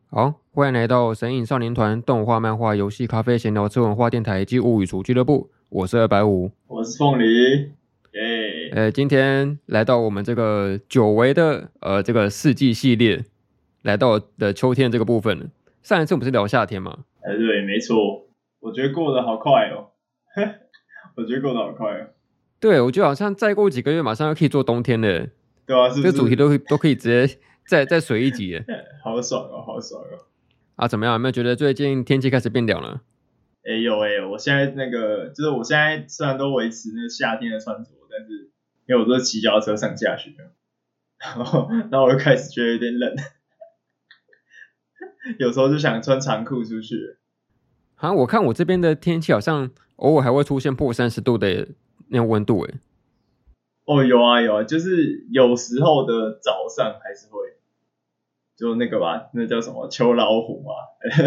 好，欢迎来到神隐少年团动画、漫画、游戏、咖啡、闲聊、吃文化电台及物语厨俱乐部。我是250， 我是凤梨，耶！ 今天来到我们这个久违的这个四季系列，来到的秋天这个部分了。上一次我们是聊夏天嘛？ 对，没错，我觉得过得好快哦，我觉得过得好快哦。 对，我觉得好像再过几个月，马上就可以做冬天了。 对啊，是不是？ 这个主题都可以直接再水一集耶。 好爽哦，好爽哦！ 啊，怎么样？有没有觉得最近天气开始变凉了？ 有我现在就是我现在虽然都维持那个夏天的穿着，但是因为我都是骑脚踏车上下学，然后我就开始觉得有点冷，有时候就想穿长裤出去。 好像我看我这边的天气好像偶尔还会出现破30度的那种温度诶。 有啊，就是有时候的早上还是会，就那个吧，那叫什么秋老虎嘛，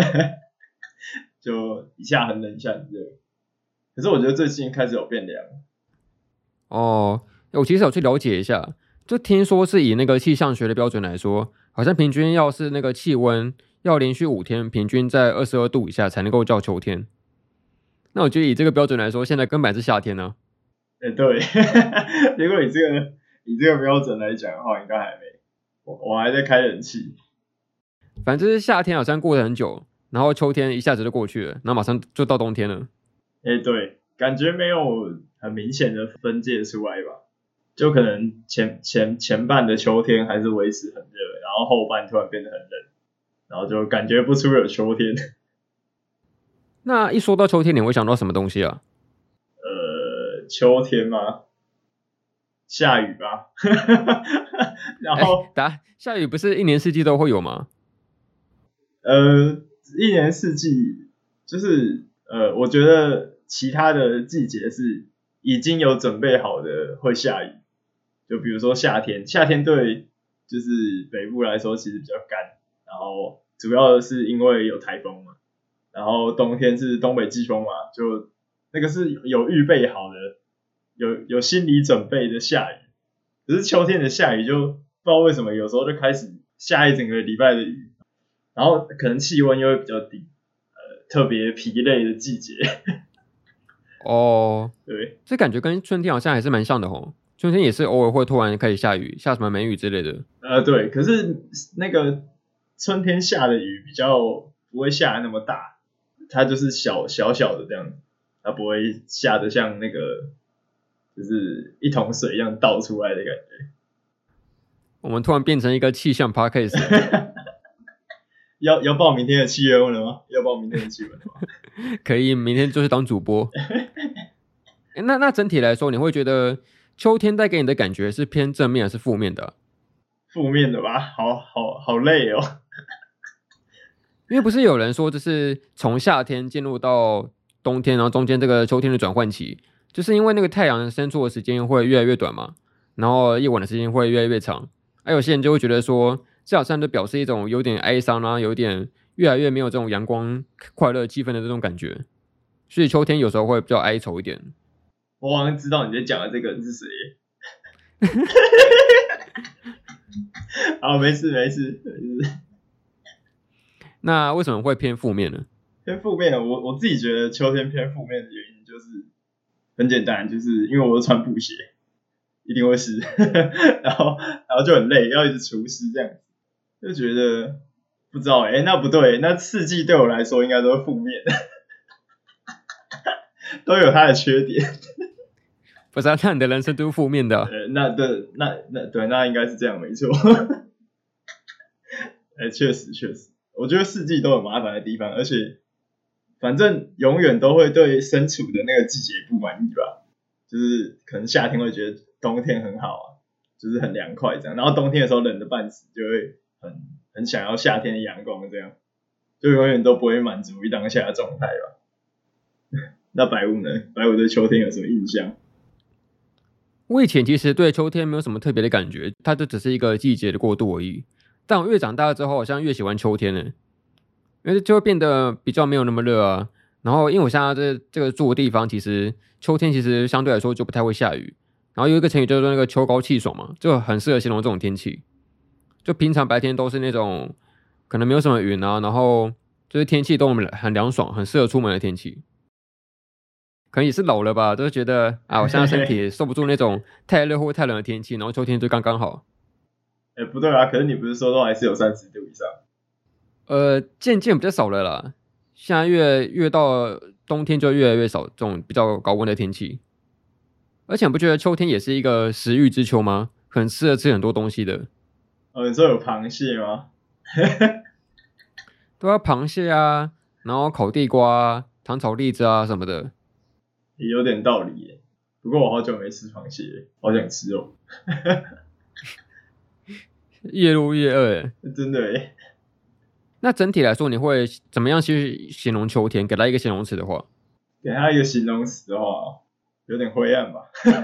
就一下很冷一下很热。可是我觉得最近开始有变凉。 哦，我其实有去了解一下，就听说是以那个气象学的标准来说，好像平均要是那个气温要连续5天平均在22度以下才能够叫秋天。那我觉得以这个标准来说，现在根本是夏天呢。 对，如果以这个标准来讲的话，应该还没，我还在开冷气。 反正就是夏天好像过得很久，然后秋天一下子就过去了，然后马上就到冬天了。 对，感觉没有很明显的分界出来吧，就可能前半的秋天还是维持很热，然后后半突然变得很冷，然后就感觉不出有秋天。 那一说到秋天，你会想到什么东西啊？ 秋天吗？下雨吧。然后下雨不是一年四季都会有吗？ 一年四季就是我觉得其他的季节是已经有准备好的会下雨，就比如说夏天对就是北部来说其实比较干，然后主要是因为有台风嘛，然后冬天是东北季风嘛，就那个是有预备好的，有心理准备的下雨。可是秋天的下雨就不知道为什么有时候就开始下一整个礼拜的雨，然后可能气温又会比较低，特别疲累的季节。 哦， 对， 这感觉跟春天好像还是蛮像的吼。春天也是偶尔会突然开始下雨，下什么梅雨之类的。 对，可是那个春天下的雨比较不会下那么大，它就是小小的这样，它不会下得像那个就是一桶水一样倒出来的感觉。 我们突然变成一个气象 podcast。 要报明天的气温了吗？要报明天的气温了吗？ 可以，明天就是当主播。那整体来说，你会觉得秋天带给你的感觉是偏正面还是负面的？ 负面的吧，好累哦。 因为不是有人说，就是从夏天进入到冬天，然后中间这个秋天的转换期，就是因为那个太阳升出的时间会越来越短嘛，然后夜晚的时间会越来越长。有些人就会觉得说，这好像就表示一种有点哀伤啊，有点越来越没有这种阳光、快乐气氛的这种感觉。所以秋天有时候会比较哀愁一点。 我好像知道你在讲的这个人是谁。好，没事。 那为什么会偏负面呢？ 偏负面的，我自己觉得秋天偏负面的原因就是很简单，就是因为我穿布鞋，一定会湿，然后就很累，要一直除湿这样子，就觉得不知道那不对，那四季对我来说应该都是负面的，都有它的缺点。 不是啊，那你的人生都是负面的啊。 那应该是这样，没错。确实，我觉得四季都有麻烦的地方，而且反正永远都会对身处的那个季节不满意吧。就是可能夏天会觉得冬天很好啊，就是很凉快这样，然后冬天的时候冷得半死，就会很想要夏天的阳光这样，就永远都不会满足于当下的状态吧。那白雾呢？白雾对秋天有什么印象？ 我以前其实对秋天没有什么特别的感觉，它就只是一个季节的过渡而已。但我越长大了之后，好像越喜欢秋天了，因为就会变得比较没有那么热啊。然后因为我现在这个住的地方，其实秋天其实相对来说就不太会下雨。然后有一个成语叫做那个秋高气爽嘛，就很适合形容这种天气。就平常白天都是那种可能没有什么云啊，然后就是天气都很凉爽，很适合出门的天气。可能也是老了吧，都觉得啊，我现在身体受不住那种太热或太冷的天气，然后秋天就刚刚好。 不对啊，可是你不是说都还是有30度以上？ 渐渐比较少了啦，现在越到冬天就越来越少这种比较高温的天气。而且你不觉得秋天也是一个食欲之秋吗？很适合吃很多东西的。 你说有螃蟹吗？ 对啊，螃蟹啊，然后烤地瓜啊、糖炒栗子啊什么的。 也有点道理耶，不过我好久没吃螃蟹，好想吃哦。 越录越饿耶， 真的耶。 那整体来说，你会怎么样去形容秋天？给它一个形容词的话， 给它一个形容词的话，有点灰暗吧。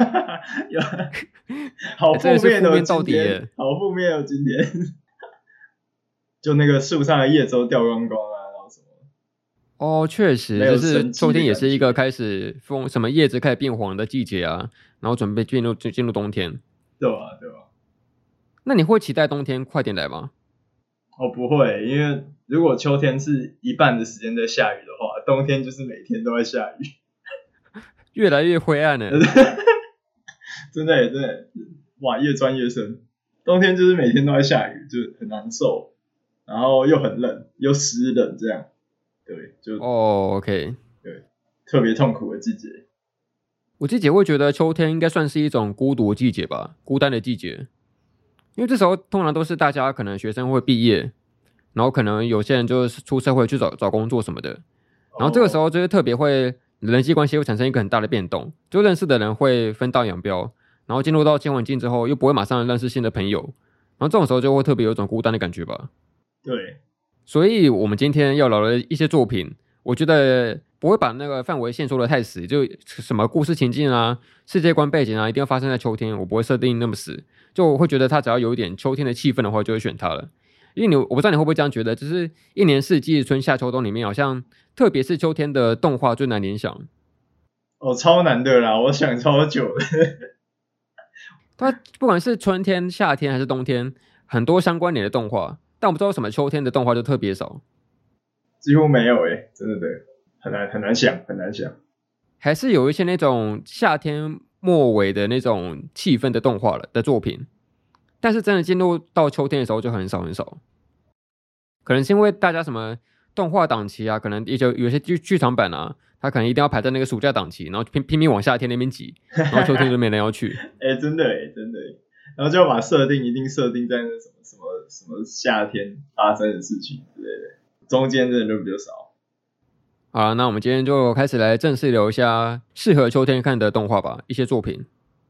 好负面哦， 到底耶， 好负面哦，今天。就那个树上的叶子都掉光光啊，然后什么。 哦，确实，就是秋天也是一个开始什么叶子开始变黄的季节啊，然后准备进入冬天。 对吧？对吧？ 那你会期待冬天快点来吗？ 不会，因为如果秋天是一半的时间在下雨的话，冬天就是每天都在下雨。 越来越灰暗了。 真的，哇，越钻越深。冬天就是每天都在下雨，就很难受，然后又很冷，又湿冷，这样，对，就 OK， 对，特别痛苦的季节。 我自己会觉得秋天应该算是一种孤独的季节吧，孤单的季节，因为这时候通常都是大家可能学生会毕业，然后可能有些人就是出社会去找工作什么的，然后这个时候就是特别会人际关系会产生一个很大的变动，就认识的人会分道扬镳，然后进入到新环境之后又不会马上认识新的朋友，然后这种时候就会特别有一种孤单的感觉吧。 对， 所以我们今天要聊的一些作品，我觉得不会把那个范围限缩的太死，就什么故事情境啊、世界观背景啊，一定要发生在秋天，我不会设定那么死，就我会觉得它只要有一点秋天的气氛的话，就会选它了。因为我不知道你会不会这样觉得，就是一年四季春夏秋冬里面，好像特别是秋天的动画最难联想。 超难的啦，我想超久了。 它不管是春天、夏天还是冬天，很多相关联的动画，但我不知道为什么秋天的动画就特别少， 几乎没有真的很难想，很难想。 还是有一些那种夏天末尾的那种气氛的动画的作品，但是真的进入到秋天的时候就很少很少。可能是因为大家什么动画档期啊，可能有些剧场版啊，它可能一定要排在那个暑假档期，然后拼命往夏天那边挤，然后秋天就没人要去。 真的，然后就要把一定设定在那什么夏天发生的事情之类的，中间真的就比较少。 好了，那我们今天就开始来正式聊一下适合秋天看的动画吧，一些作品。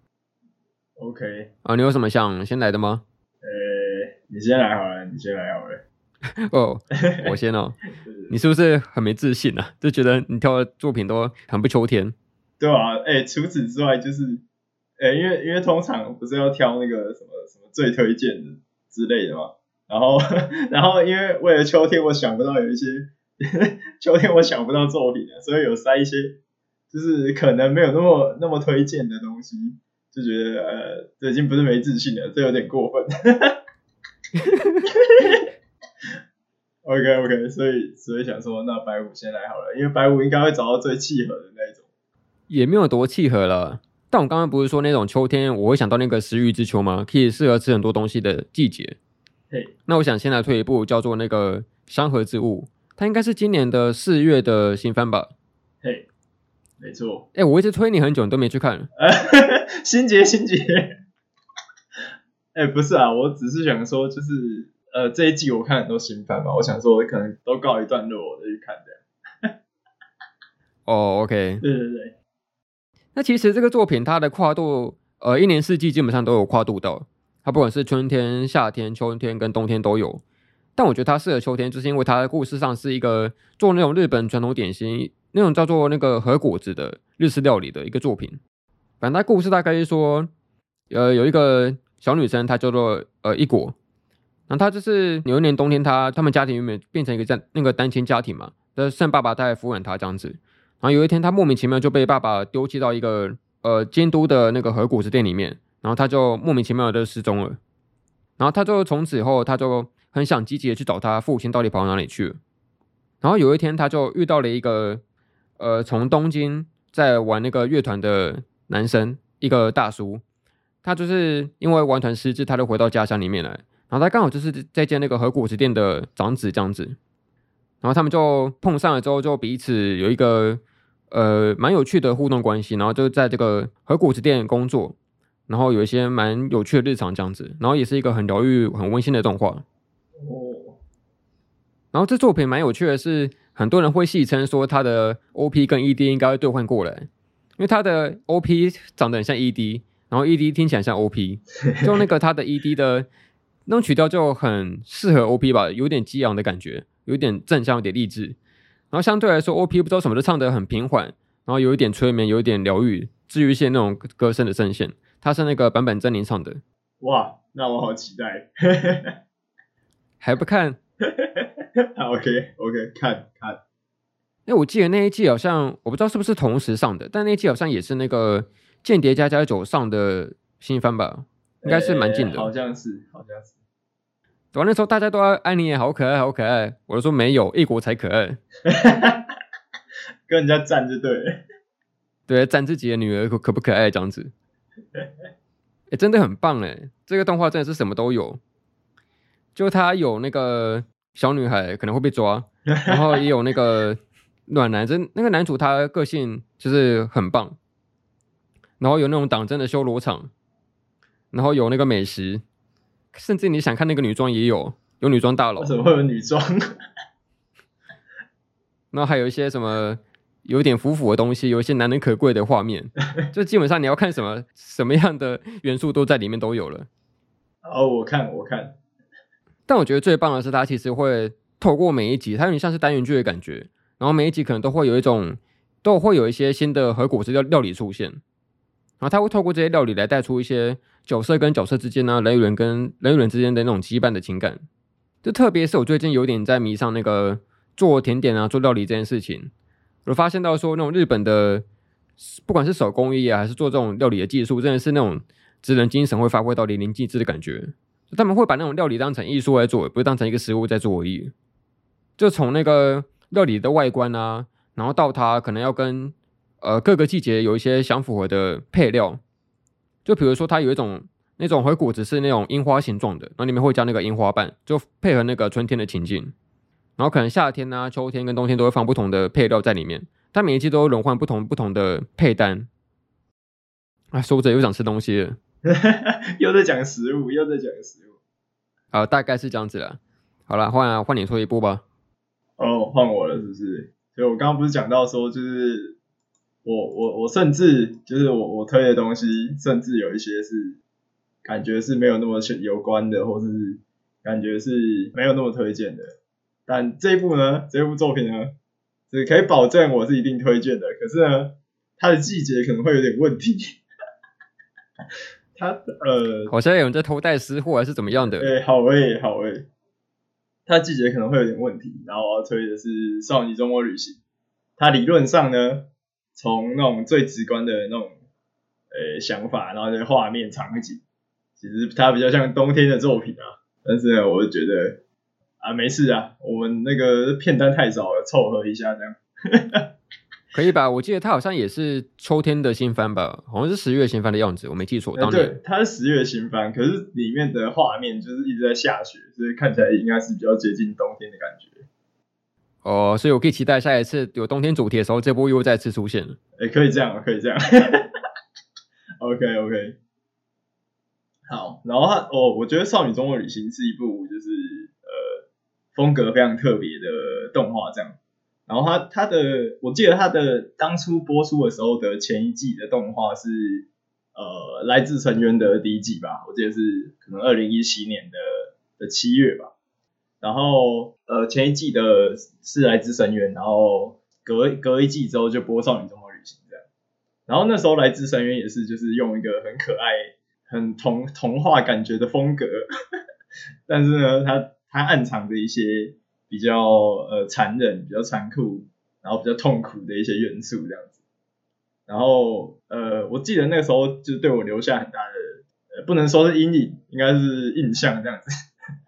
OK， 你有什么想先来的吗？ 你先来好了。 哦，我先哦。你是不是很没自信啊？就觉得你挑的作品都很不秋天？ 对啊，除此之外就是，因为通常不是要挑那个什么最推荐的之类的嘛，然后因为为了秋天，我想不到有一些秋天我想不到作品啊，所以有塞一些就是可能没有那么推荐的东西，就觉得这已经不是没自信了，这有点过分。OK， 所以想说，那白虎先来好了，因为白虎应该会找到最契合的那一种。 也没有多契合了，但我刚刚不是说那种秋天我会想到那个食欲之秋吗？可以适合吃很多东西的季节。那我想先来推一部叫做那个《山河之物》，它应该是今年的4月的新番吧？ 没错。 我一直推你很久，你都没去看。 心结。不是啊，我只是想说，就是这一季我看很多新番嘛，我想说我可能都告一段落，我再去看这样。 OK。 对。 那其实这个作品它的跨度，一年四季基本上都有跨度到，它不管是春天、夏天、秋天跟冬天都有。但我觉得它适合秋天，就是因为它的故事上是一个做那种日本传统点心，那种叫做那个和果子的日式料理的一个作品。反正它故事大概是说，有一个小女生，她叫做一果，然后她就是有一年冬天他们家庭原本变成一个那个单亲家庭嘛，剩爸爸在抚养她这样子。然后有一天她莫名其妙就被爸爸丢弃到一个京都的那个和果子店里面，然后她就莫名其妙的失踪了。然后她就从此以后她就很想积极的去找他父亲到底跑到哪里去了。然后有一天他就遇到了一个从东京在玩那个乐团的男生，一个大叔，他就是因为玩团失智，他就回到家乡里面来，然后他刚好就是在见那个和果子店的长子这样子，然后他们就碰上了之后，就彼此有一个蛮有趣的互动关系，然后就在这个和果子店工作，然后有一些蛮有趣的日常这样子，然后也是一个很疗愈、很温馨的动画。然后这作品蛮有趣的是，很多人会戏称说他的 OP 跟 ED 应该会兑换过来，因为他的 OP 长得很像 ED， 然后 ED 听起来像 OP， 就那个他的 ED 的那种曲调就很适合 OP 吧，有点激昂的感觉，有点正向，有点励志。然后相对来说 OP 不知道什么就唱得很平缓，然后有一点催眠，有一点疗愈，治愈线那种歌声的声线。他是那个坂本真绫唱的。 哇，那我好期待。 还不看 ？OK， 看。 因为我记得那一季好像我不知道是不是同时上的，但那一季好像也是那个《间谍家家酒》上的新番吧，应该是蛮近的。 好像是。 对吧？那时候大家都要安妮也好可爱，好可爱。我就说没有，异国才可爱。 跟人家战就对了。 对，战自己的女儿可不可爱这样子。真的很棒哎！这个动画真的是什么都有，就它有那个小女孩可能会被抓，然后也有那个暖男，那个男主他个性就是很棒，然后有那种党争的修罗场，然后有那个美食，甚至你想看那个女装也有女装大佬。 为什么会有女装？ 然后还有一些什么有点腐腐的东西，有一些难能可贵的画面，就基本上你要看什么样的元素都在里面都有了。 我看。 但我觉得最棒的是，它其实会透过每一集，它有点像是单元剧的感觉，然后每一集可能都会有一些新的和果子料理出现，然后它会透过这些料理来带出一些角色跟角色之间人与人跟人与人之间的那种羁绊的情感。就特别是我最近有点在迷上那个做甜点做料理这件事情，我发现到说那种日本的不管是手工艺还是做这种料理的技术，真的是那种职人精神会发挥到淋漓尽致的感觉。他们会把那种料理当成艺术来做，不是当成一个食物在做而已。就从那个料理的外观然后到它可能要跟各个季节有一些相符合的配料，就比如说它有一种那种和果子是那种樱花形状的，然后里面会加那个樱花瓣，就配合那个春天的情境。然后可能夏天秋天跟冬天都会放不同的配料在里面，它每一季都会轮换不同的配单。说着又想吃东西了。 又在讲食物。 好，大概是这样子啦。好啦，换你说一部吧。 换我了是不是？所以我刚刚不是讲到说，就是我甚至就是我推的东西，甚至有一些是感觉是没有那么有关的，或是感觉是没有那么推荐的。但这部作品呢，是可以保证我是一定推荐的。可是呢，它的季节可能会有点问题。 好像有人在偷带私货还是怎么样的？ 好诶，它季节可能会有点问题。然后我要推的是《少女周末旅行》，它理论上呢，从那种最直观的那种想法，然后这画面场景，其实它比较像冬天的作品但是呢，我就觉得没事我们那个片单太少了，凑合一下这样。 可以吧？我记得它好像也是秋天的新番吧，好像是10月新番的样子，我没记错。 对，它是10月新番，可是里面的画面就是一直在下雪，所以看起来应该是比较接近冬天的感觉。 所以我可以期待下一次有冬天主题的时候，这部又再次出现了。 可以这样。OK。好，然后我觉得《少女周末旅行》是一部就是风格非常特别的动画这样。然后我记得它的当初播出的时候的前一季的动画是来自深渊的第一季吧，我记得是可能2017年的7月吧。然后前一季的是来自深渊，然后隔一季之后就播少女周末旅行这样。然后那时候来自深渊也是就是用一个很可爱很童话感觉的风格但是呢它暗藏着一些比较残忍比较残酷然后比较痛苦的一些元素这样子。然后我记得那个时候就对我留下很大的不能说是阴影，应该是印象这样子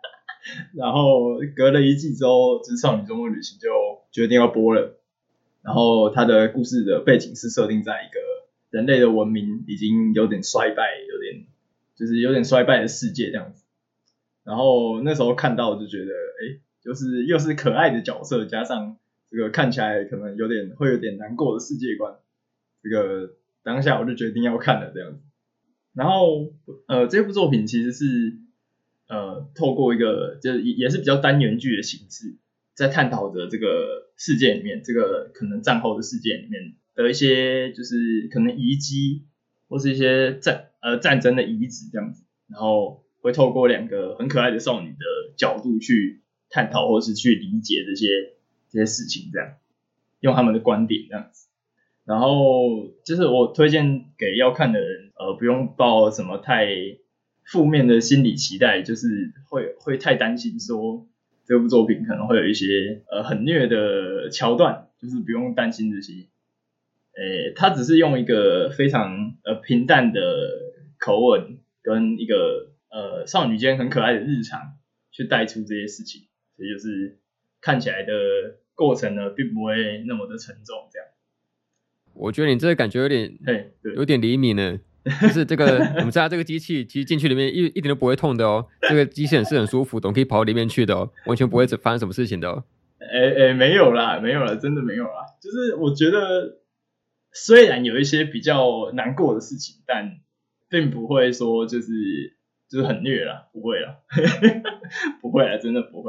然后隔了一季之后，就是《少女周末旅行》就决定要播了。然后它的故事的背景是设定在一个人类的文明已经有点衰败，有点衰败的世界这样子。然后那时候看到就觉得，就是又是可爱的角色，加上这个看起来可能会有点难过的世界观，这个当下我就决定要看了这样子。然后这部作品其实是透过一个就是也是比较单元剧的形式，在探讨着这个世界里面，这个可能战后的世界里面的一些就是可能遗迹或是一些战争的遗址这样子，然后会透过两个很可爱的少女的角度去探讨或是去理解这些事情，这样用他们的观点这样子。然后就是我推荐给要看的人，不用抱什么太负面的心理期待，就是会太担心说这部作品可能会有一些很虐的桥段，就是不用担心这些。他只是用一个非常平淡的口吻跟一个少女间很可爱的日常去带出这些事情，所以就是看起来的过程呢，并不会那么的沉重这样。 我觉得你这个感觉有点厘米呢，就是这个我们家这个机器其实进去里面一点都不会痛的哦，这个机器是很舒服的，可以跑到里面去的哦，完全不会发生什么事情的哦。 没有啦，真的没有啦。就是我觉得虽然有一些比较难过的事情，但并不会说就是很虐啦，不会啦，不会啦，真的不会。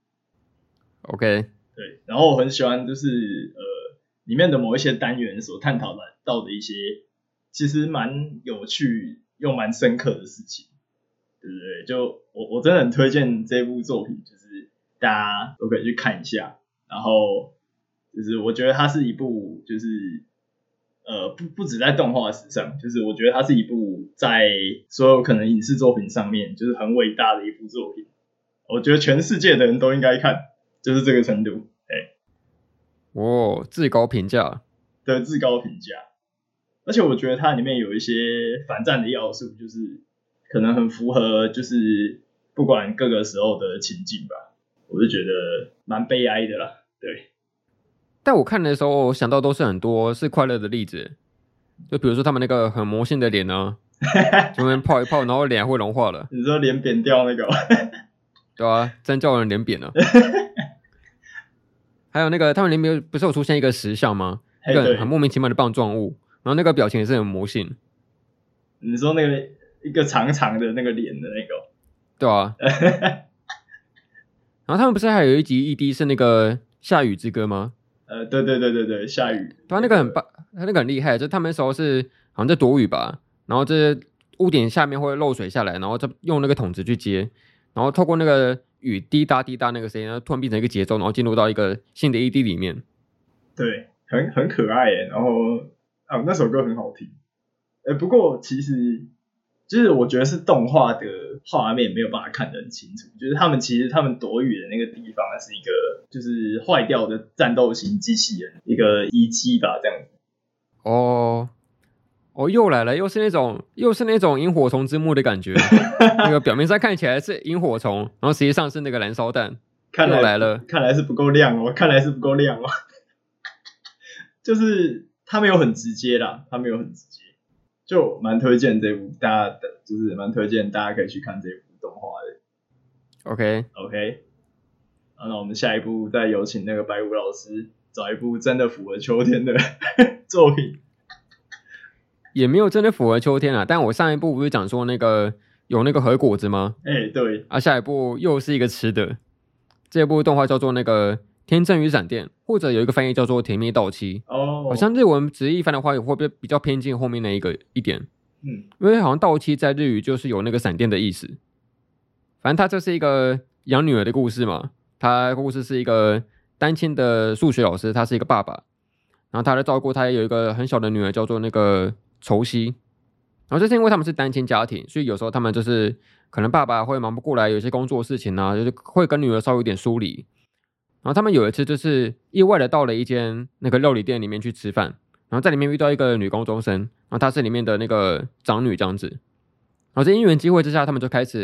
OK， 对，然后我很喜欢就是里面的某一些单元所探讨到的一些其实蛮有趣又蛮深刻的事情，对不对？就我真的很推荐这部作品，就是大家都可以去看一下。然后就是我觉得它是一部就是不止在动画史上，就是我觉得它是一部在所有可能影视作品上面就是很伟大的一部作品。我觉得全世界的人都应该看，就是这个程度。 至高评价。 对，至高评价。而且我觉得它里面有一些反战的要素，就是可能很符合就是不管各个时候的情境吧，我就觉得蛮悲哀的啦。对。 但我看的时候，我想到都是很多是快乐的例子，就比如说他们那个很魔性的脸啊，就那边泡一泡，然后脸还会融化了。 你说脸扁掉那个？ 对啊，真叫人脸扁了。还有那个他们里面不是有出现一个石像吗？一个很莫名其妙的棒状物，然后那个表情也是很魔性。 你说那个一个长长的那个脸的那个？ 对啊。然后他们不是还有一集ED是那个下雨之歌吗？ 对，下雨。 对啊，那个很棒，那个很厉害，就他们那时候是好像在躲雨吧，然后这屋顶下面会漏水下来，然后再用那个桶子去接，然后透过那个雨滴答滴答那个声音，然后突然变成一个节奏，然后进入到一个新的 ED 里面。 对，很可爱耶，然后那首歌很好听。不过其实就是我觉得是动画的画面没有办法看得很清楚，就是他们躲雨的那个地方是一个就是坏掉的战斗型机器人一个遗迹吧，这样子。 又来了，又是那种萤火虫之墓的感觉。那个表面上看起来是萤火虫，然后实际上是那个燃烧弹。又来了， 看来是不够亮哦，就是它没有很直接啦，就蛮推荐这部，就是蛮推荐大家可以去看这部动画的。OK， 那我们下一步再有请那个白武老师找一部真的符合秋天的作品。 也没有真的符合秋天啊，但我上一部不是讲说那个有那个核果子吗？ 对。 下一部又是一个吃的，这部动画叫做那个天真与闪电，或者有一个翻译叫做甜蜜到期。好像日文直译翻的话，会不会比较偏近后面那一点？因为好像到期在日语就是有那个闪电的意思。反正它这是一个养女儿的故事嘛，他故事是一个单亲的数学老师，他是一个爸爸，然后他在照顾他有一个很小的女儿叫做那个愁希。然后这是因为他们是单亲家庭，所以有时候他们就是可能爸爸会忙不过来，有些工作事情啊，就是会跟女儿稍微有点疏离。然后他们有一次就是意外的到了一间那个料理店里面去吃饭，然后在里面遇到一个女高中生，然后她是里面的那个长女这样子。然后在因缘机会之下，他们就开始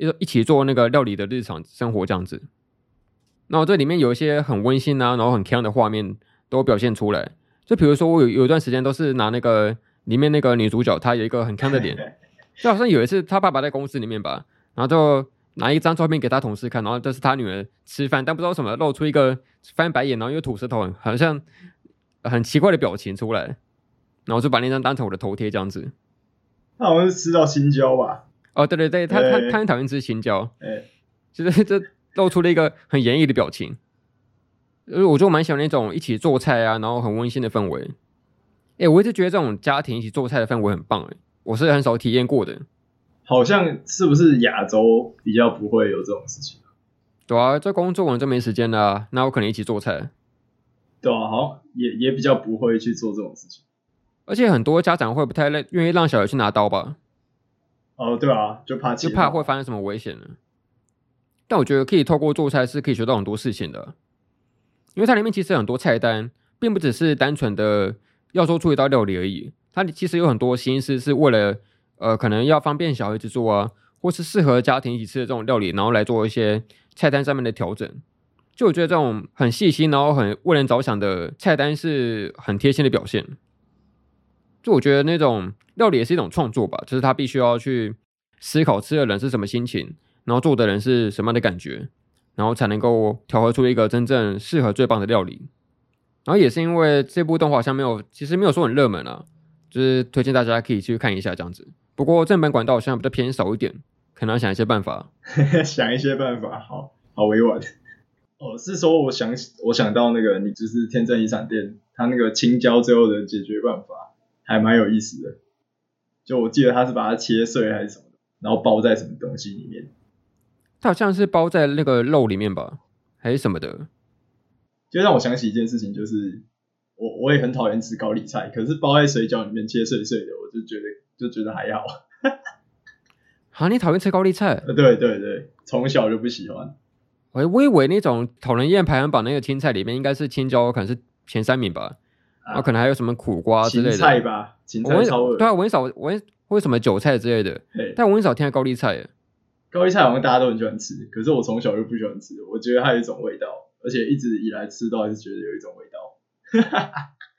一起做那个料理的日常生活这样子。然后这里面有一些很温馨啊，然后很鏘的画面都表现出来。就比如说我有一段时间都是拿那个里面那个女主角，她有一个很鏘的脸，就好像有一次她爸爸在公司里面吧，然后就拿一张照片给他同事看，然后这是他女儿吃饭，但不知道为什么露出一个翻白眼，然后又吐舌头，好像很奇怪的表情出来，然后就把那张当成我的头贴这样子。 他好像是吃到青椒吧？ 哦，对对对，他很讨厌吃青椒，就是这露出了一个很严厉的表情。我就蛮喜欢那种一起做菜啊，然后很温馨的氛围。我一直觉得这种家庭一起做菜的氛围很棒，我是很少体验过的。 好像是不是亚洲比较不会有这种事情？ 对啊，这工作完就没时间了啊，那我可能一起做菜。 对啊，好，也比较不会去做这种事情。 而且很多家长会不太愿意让小孩去拿刀吧？ 哦，对啊，就怕会发生什么危险呢？但我觉得可以透过做菜是可以学到很多事情的，因为它里面其实很多菜单，并不只是单纯的要做出一道料理而已，它其实有很多心思是为了可能要方便小孩子做啊，或是适合家庭一起吃的这种料理，然后来做一些菜单上面的调整。就我觉得这种很细心，然后很为人着想的菜单是很贴心的表现。就我觉得那种料理也是一种创作吧，就是他必须要去思考吃的人是什么心情，然后做的人是什么样的感觉，然后才能够调和出一个真正适合最棒的料理。然后也是因为这部动画好像其实没有说很热门啊，就是推荐大家可以去看一下这样子。不过正版管道好像比较偏少一点，可能要想一些办法。 想一些办法，好委婉。哦，是说我想到那个你就是天正遗产店，它那个青椒最后的解决办法还蛮有意思的。就我记得他是把它切碎还是什么的，然后包在什么东西里面。 它好像是包在那个肉里面吧，还是什么的。 就让我想起一件事情，就是我也很讨厌吃高丽菜，可是包在水饺里面切碎碎的，我就觉得还好。 啊，你讨厌吃高丽菜？ 对对对，从小就不喜欢。 我以为那种讨人厌排行榜那个青菜里面应该是青椒，可能是前3名吧，然后可能还有什么苦瓜之类的。 芹菜吧，芹菜超恶。 对啊，我很少，或者什么韭菜之类的，但我很少听到高丽菜耶。 高丽菜好像大家都很喜欢吃，可是我从小就不喜欢吃，我觉得它有一种味道，而且一直以来吃都还是觉得有一种味道。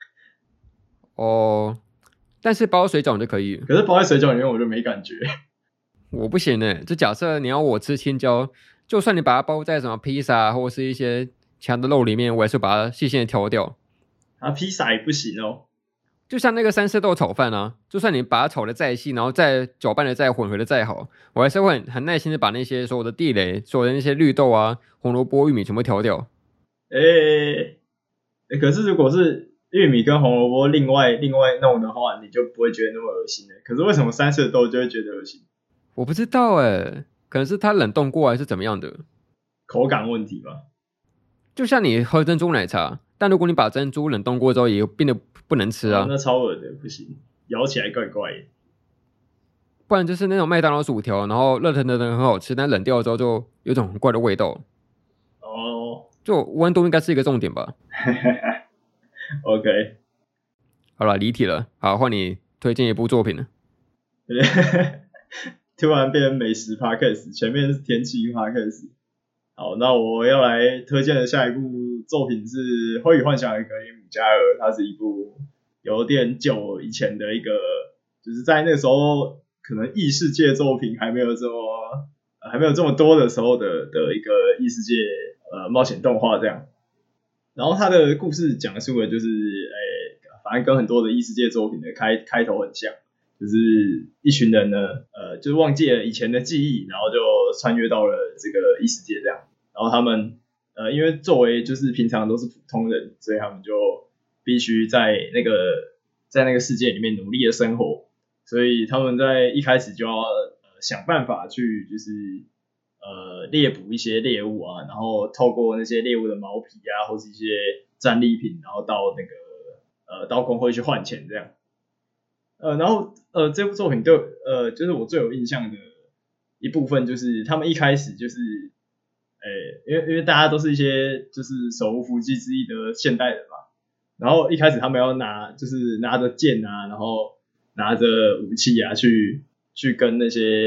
哦，但是包水饺就可以。 可是包在水饺里面我就没感觉。 我不行耶，就假设你要我吃青椒，就算你把它包在什么披萨或是一些其他的肉里面，我还是把它细细的挑掉。 啊，披萨也不行哦。 就像那个三色豆炒饭啊，就算你把它炒的再细，然后再搅拌的再混合的再好，我还是会很耐心的把那些所有的地雷、所有的那些绿豆啊、红萝卜、玉米全部挑掉。 可是如果是玉米跟红萝卜另外弄的话，你就不会觉得那么恶心了。可是为什么三色豆就会觉得恶心？ 我不知道可能是它冷冻过还是怎么样的， 口感问题吧。 就像你喝珍珠奶茶，但如果你把珍珠冷冻过之后，也变得不能吃啊。 那超恶的，不行，咬起来怪怪的。 不然就是那种麦当劳薯条，然后热腾腾的很好吃，但冷掉之后就有种很怪的味道。 哦， 就温度应该是一个重点吧。 OK， 好了，离题了。好，换你推荐一部作品了。 突然变成美食 podcast， 前面是天气 podcast。好，那我要来推荐的下一部作品是《灰与幻想的格林姆加尔》，它是一部有点久以前的一个，就是在那个时候可能异世界作品还没有这么多的时候的一个异世界冒险动画这样。然后它的故事讲述的就是反正跟很多的异世界作品的开头很像，就是一群人呢就是忘记了以前的记忆，然后就穿越到了这个异世界这样。然后他们因为作为就是平常都是普通人，所以他们就必须在那个世界里面努力的生活，所以他们在一开始就要想办法去就是猎捕一些猎物啊，然后透过那些猎物的毛皮啊，或是一些战利品，然后到那个到工会去换钱这样。然后这部作品就是我最有印象的一部分，就是他们一开始就是因为大家都是一些就是手无缚鸡之力的现代人嘛，然后一开始他们要拿着剑啊，然后拿着武器啊去跟那些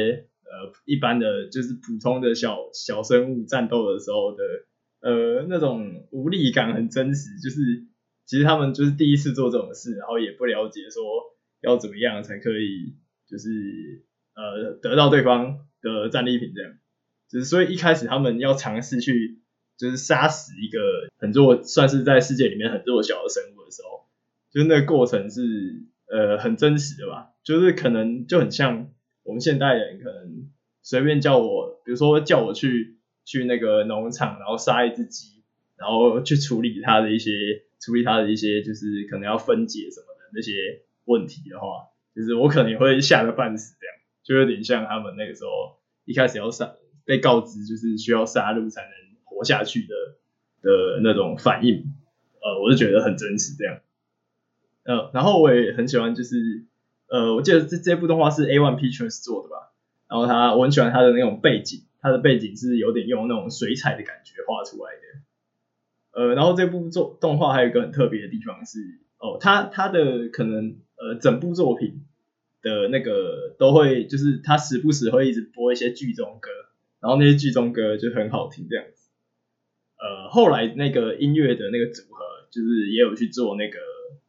一般的就是普通的小生物战斗的时候的那种无力感很真实，就是其实他们就是第一次做这种事，然后也不了解说要怎么样才可以就是得到对方的战利品这样，就是所以一开始他们要尝试去就是杀死一个很弱，算是在世界里面很弱小的生物的时候，就是那个过程是很真实的吧，就是可能就很像我们现代人可能随便叫我，比如说叫我去那个农场，然后杀一只鸡，然后去处理它的一些就是可能要分解什么的那些问题的话，就是我可能也会吓得半死这样，就有点像他们那个时候一开始要被告知就是需要杀戮才能活下去的那种反应，我就觉得很真实这样。然后我也很喜欢，就是我记得这部动画是 A1 Pictures 做的吧，然后我很喜欢它的那种背景，它的背景是有点用那种水彩的感觉画出来的。然后这部动画还有一个很特别的地方是，它的可能整部作品的那个都会，就是它时不时会一直播一些剧中歌，然后那些剧中歌就很好听这样子。后来那个音乐的那个组合，就是也有去做那个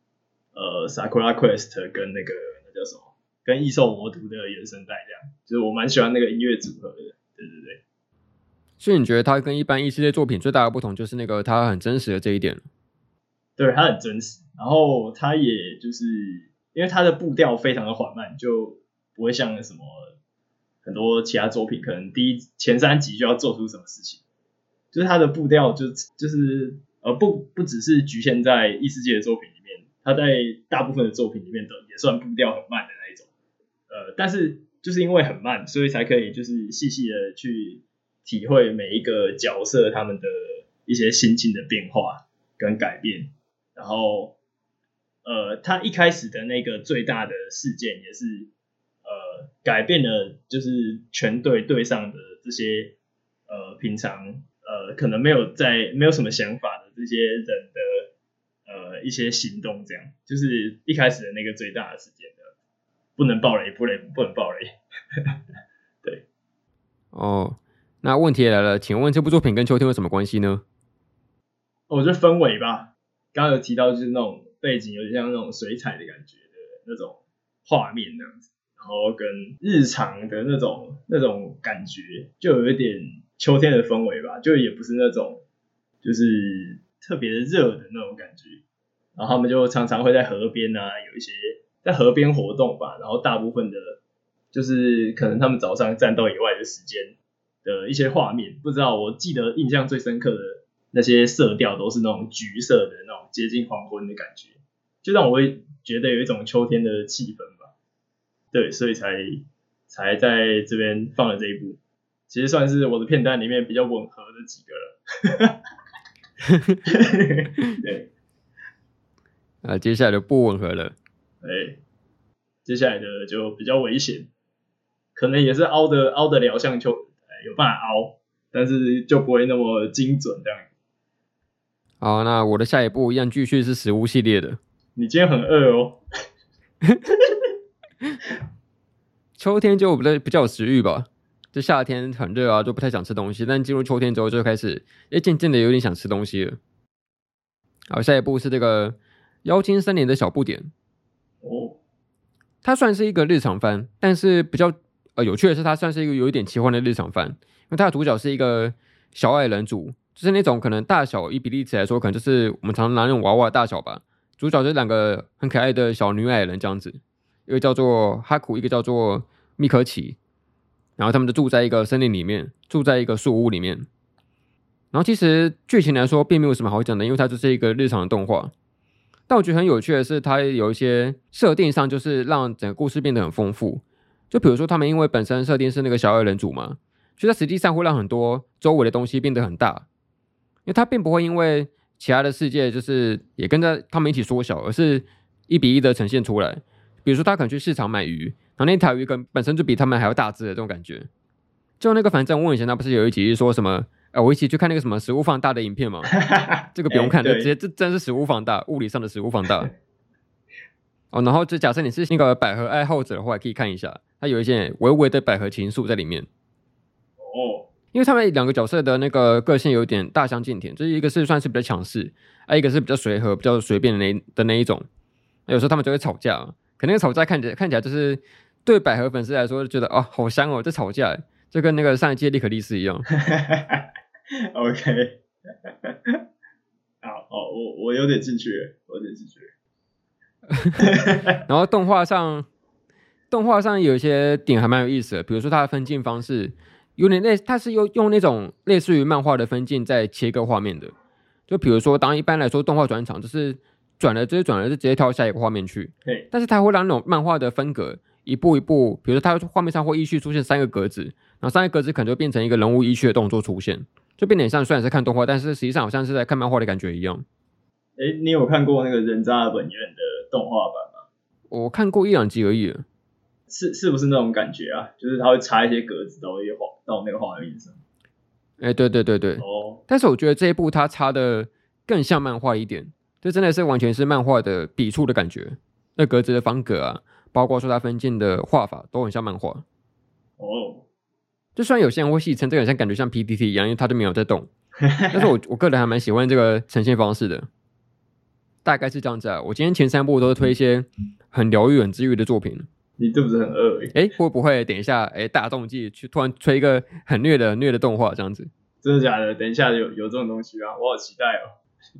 Sakura Quest 跟那叫什么，跟异兽魔族的原声带这样，就是我蛮喜欢那个音乐组合的，对。 所以你觉得它跟一般异世界作品最大的不同就是那个它很真实的这一点？对， 它很真实，然后它也就是因为它的步调非常的缓慢，就不会像什么很多其他作品可能前3集就要做出什么事情，就是它的步调就是不只是局限在异世界的作品里面，它在大部分的作品里面都也算步调很慢的那一种，但是就是因为很慢，所以才可以就是细细的去体会每一个角色他们的一些心境的变化跟改变，然后他一开始的那个最大的事件也是改变了就是全队队上的这些平常可能没有什么想法的这些人的一些行动，这样就是一开始的那个最大的事件的，不能爆雷，不能爆雷。对。 那问题也来了，请问这部作品跟秋天有什么关系呢？ 我觉得氛围吧，刚刚有提到就是那种背景有点像那种水彩的感觉的那种画面这样子，然后跟日常的那种感觉，就有一点秋天的氛围吧，就也不是那种就是特别热的那种感觉。然后他们就常常会在河边啊，有一些在河边活动吧，然后大部分的就是可能他们早上战斗以外的时间的一些画面，不知道我记得印象最深刻的那些色调都是那种橘色的那种接近黄昏的感觉，就让我会觉得有一种秋天的气氛吧。对，所以才在这边放了这一部，其实算是我的片单里面比较吻合的几个了。对。 接下来就不吻合了。 接下来的就比较危险，可能也是凹得了像有办法凹，但是就不会那么精准这样。 好，那我的下一部一样继续是食物系列的。 你今天很饿哦。 秋天就比较有食欲吧，就夏天很热啊，就不太想吃东西，但进入秋天之后就开始渐渐的有点想吃东西了。好，下一部是这个妖精森林的小不点。它算是一个日常番，但是比较有趣的是，它算是一个有一点奇幻的日常番，因为它的主角是一个小矮人族，就是那种可能大小以比例尺来说，可能就是我们常拿那种娃娃的大小吧。主角就是2个很可爱的小女矮人这样子，一个叫做哈库，一个叫做密科奇，然后他们就住在一个森林里面，住在一个树屋里面。然后其实剧情来说并没有什么好讲的，因为它就是一个日常的动画。但我觉得很有趣的是，它有一些设定上就是让整个故事变得很丰富。就比如说他们因为本身设定是那个小矮人族嘛，所以它实际上会让很多周围的东西变得很大，因为它并不会因为其他的世界就是也跟着他们一起缩小，而是1:1的呈现出来。比如说他可能去市场买鱼，然后那条鱼本身就比他们还要大只的这种感觉。就那个反正我以前他不是有一集是说什么我一起去看那个什么食物放大的影片嘛，这个不用看，直接这真是食物放大，物理上的食物放大。 哦，然后就假设你是那个百合爱好者的话，可以看一下，它有一些微微的百合情愫在里面。 哦， 因为他们两个角色的那个个性有点大相径庭，就是一个是算是比较强势，一个是比较随和、比较随便的那一种。有时候他们就会吵架，可能吵架看起来就是对百合粉丝来说就觉得好香哦，在吵架，就跟那个上一季的利可利斯一样。 OK， 好，我有点兴趣了， 然后动画上有一些点还蛮有意思的，比如说它的分镜方式有点它是用那种类似于漫画的分镜在切割画面的。就比如说，一般来说动画转场就是转了就直接跳下一个画面去，但是它会让那种漫画的分格一步一步，比如说它画面上会依序出现3个格子，然后3个格子可能就变成一个人物依序的动作出现，就变得像虽然是看动画，但是实际上好像是在看漫画的感觉一样。 你有看过那个人渣本愿的动画版吗？ 我看过1-2集而已了。 是不是那种感觉啊？就是它会插一些格子到那个画面上。 对。 哦， 但是我觉得这一部它插的更像漫画一点，就真的是完全是漫画的笔触的感觉。那格子的方格啊，包括说它分镜的画法都很像漫画。 哦， 就虽然有些人会戏称这个像感觉像 PPT 一样，因为它都没有在动，但是我个人还蛮喜欢这个呈现方式的。大概是这样子啊。我今天前3部都是推一些很疗愈、很治愈的作品。 你这不是很饿会不会等一下大众季去突然推一个很虐的动画这样子？ 真的假的？等一下有这种东西啊，我好期待哦。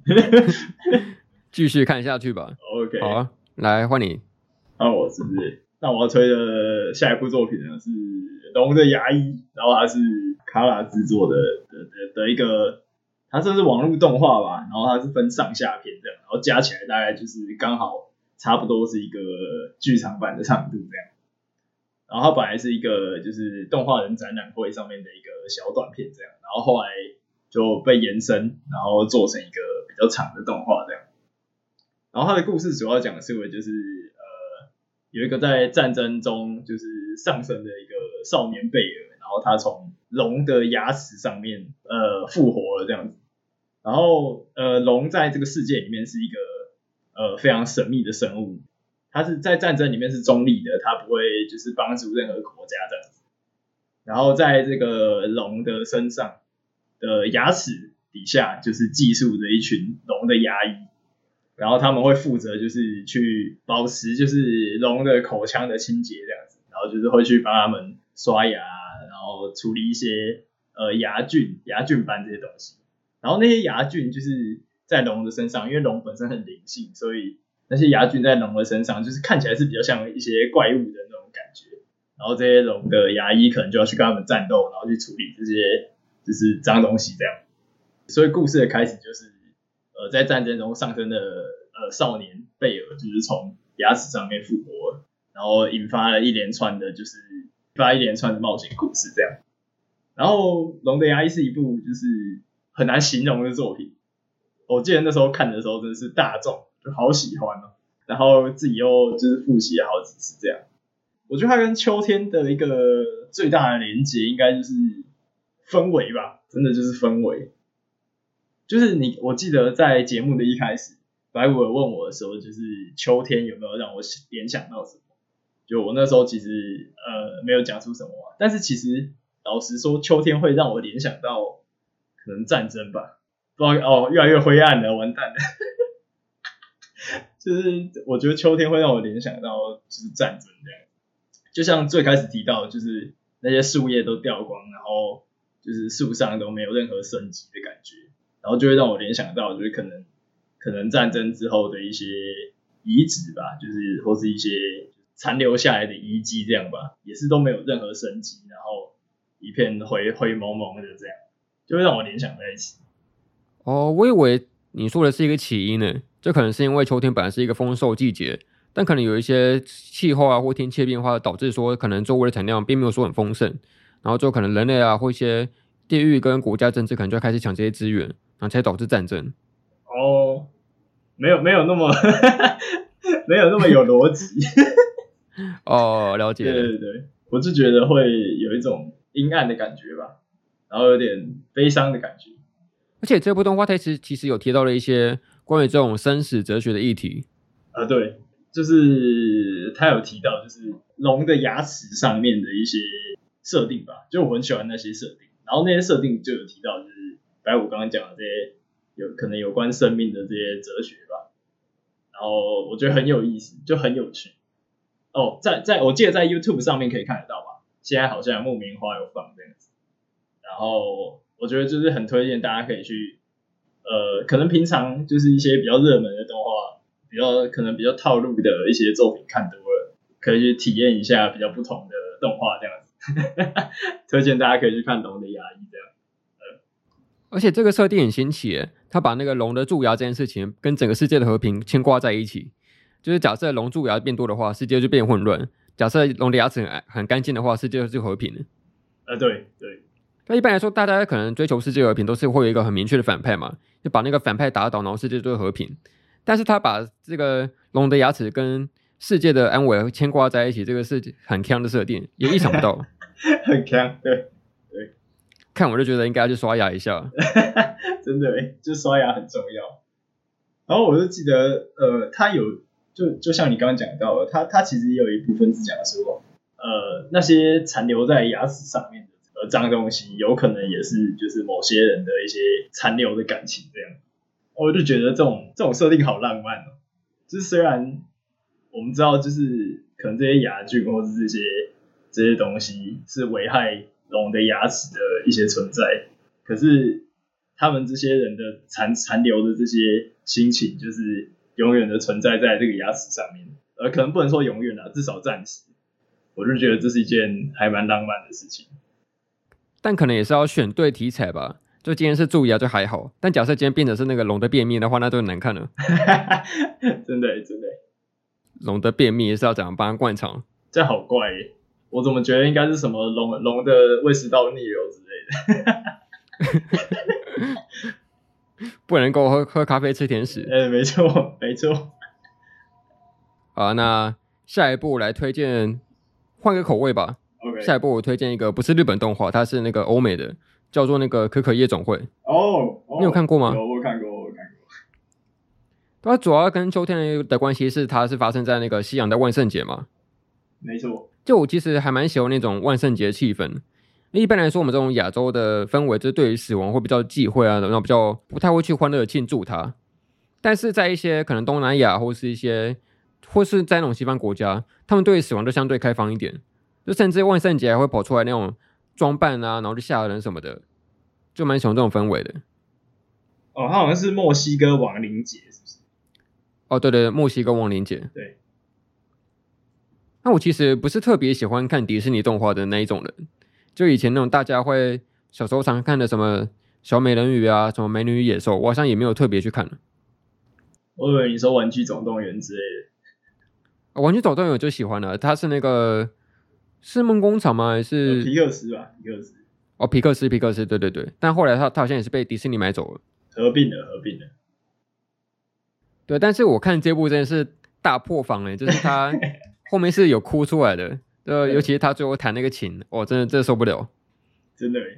继续看下去吧。 OK， 好啊，来换你。 我是不是？那我要推的下一部作品呢是《龙的牙医》，然后它是卡拉制作的一个，它算是网络动画吧，然后它是分上下篇这样，然后加起来大概就是刚好差不多是一个剧场版的长度这样。然后它本来是一个就是动画人展览会上面的一个小短片这样，然后后来就被延伸，然后做成一个比较长的动画这样。然后它的故事主要讲的是就是有一个在战争中就是上升的一个少年贝尔，然后他从龙的牙齿上面复活了这样子。然后龙在这个世界里面是一个非常神秘的生物，它是在战争里面是中立的，它不会就是帮助任何国家这样子。然后在这个龙的身上的牙齿底下，就是寄宿着一群龙的牙医，然后他们会负责就是去保持就是龙的口腔的清洁这样子，然后就是会去帮他们刷牙，然后处理一些牙菌斑这些东西。然后那些牙菌就是在龙的身上，因为龙本身很灵性，所以那些牙菌在龙的身上就是看起来是比较像一些怪物的那种感觉。然后这些龙的牙医可能就要去跟他们战斗，然后去处理这些就是脏东西这样。所以故事的开始就是在战争中上升的少年贝尔就是从牙齿上面复活了，然后引发了一连串的冒险故事这样。然后《龙的牙医》是一部就是很难形容的作品，我记得那时候看的时候真的是大众就好喜欢哦，然后自己又就是复习了好几次这样。我觉得它跟秋天的一个最大的连结应该就是氛围吧，真的就是氛围。就是我记得在节目的一开始，白虎有问我的时候，就是秋天有没有让我联想到什么？就我那时候其实没有讲出什么但是其实老实说，秋天会让我联想到可能战争吧，不知道越来越灰暗了，完蛋了。就是我觉得秋天会让我联想到就是战争这样，就像最开始提到，就是那些树叶都掉光，然后就是树上都没有任何生机的感觉。然后就会让我联想到，就是可能战争之后的一些遗址吧，就是或是一些残留下来的遗迹这样吧，也是都没有任何生机，然后一片灰蒙蒙的这样，就会让我联想在一起。 我以为你说的是一个起因呢，这可能是因为秋天本来是一个丰收季节，但可能有一些气候啊或天气变化导致说，可能周围的产量并没有说很丰盛，然后就可能人类啊或一些地域跟国家政治可能就开始抢这些资源。然后才导致战争。 没有那么没有那么有逻辑。 了解了。 对，我就觉得会有一种阴暗的感觉吧，然后有点悲伤的感觉。 而且这部动画它其实有提到了一些关于这种生死哲学的议题。 对， 就是他有提到就是龙的牙齿上面的一些设定吧，就我很喜欢那些设定，然后那些设定就有提到就是白虎刚刚讲的这些可能有关生命的这些哲学吧，然后我觉得很有意思，就很有趣。哦，我记得在 YouTube 上面可以看得到吧，现在好像木棉花有放这样子，然后我觉得就是很推荐大家可以去，可能平常就是一些比较热门的动画，可能比较套路的一些作品看多了，可以去体验一下比较不同的动画这样子，推荐大家可以去看《龙的牙医》这样。 而且这个设定很新奇耶，他把那个龙的蛀牙这件事情跟整个世界的和平牵挂在一起。就是假设龙蛀牙变多的话，世界就变混乱；假设龙的牙齿很干净的话，世界就和平了。 对对。 那一般来说，大家可能追求世界和平都是会有一个很明确的反派嘛，就把那个反派打倒，然后世界就会和平。但是他把这个龙的牙齿跟世界的安危牵挂在一起，这个是很强的设定，也意想不到。 很强，对。 看我就觉得应该要去刷牙一下。 真的就刷牙很重要。然后我就记得他有就像你刚刚讲到的，他其实也有一部分是讲说那些残留在牙齿上面的脏东西有可能也是就是某些人的一些残留的感情这样。我就觉得这种设定好浪漫哦，就是虽然我们知道就是可能这些牙菌或是这些东西是危害龙的牙齿的一些存在，可是他们这些人的残留的这些心情就是永远的存在在这个牙齿上面，可能不能说永远啦，至少暂时。我就觉得这是一件还蛮浪漫的事情。 但可能也是要选对题材吧，就今天是蛀牙就还好，但假设今天变的是那个龙的便秘的话，那就很难看了。 真的。 龙的便秘也是要怎样帮他灌肠？ 这好怪耶，我怎么觉得应该是什么龙的胃食道逆流之类的。 不能够喝咖啡吃甜食。 没错。 好，那下一部来推荐，换个口味吧。 Okay. 下一部我推荐一个不是日本动画，它是那个欧美的，叫做那个可可夜总会。你有看过吗？ 有，我看过。 它主要跟秋天的关系是，它是发生在那个西洋的万圣节嘛。 没错。 就我其实还蛮喜欢那种万圣节气氛。一般来说，我们这种亚洲的氛围，就是对于死亡会比较忌讳啊，然后比较不太会去欢乐的庆祝它。但是在一些可能东南亚或是在那种西方国家，他们对于死亡就相对开放一点，就甚至万圣节还会跑出来那种装扮啊，然后就吓人什么的，就蛮喜欢这种氛围的。 它好像是墨西哥亡灵节，是不是？ 对，墨西哥亡灵节。 对。 那我其实不是特别喜欢看迪士尼动画的那一种人，就以前那种大家会小时候常看的什么小美人鱼啊，什么美女与野兽，我好像也没有特别去看了。 我以为你说玩具总动员之类的。 玩具总动员我就喜欢了，它是那个是梦工厂吗？还是皮克斯吧？ 皮克斯，对。但后来他好像也是被迪士尼买走了， 合并了。 对，但是我看这部真的是大破防欸，就是他后面是有哭出来的，尤其是他最后弹那个琴，真的受不了， 真的。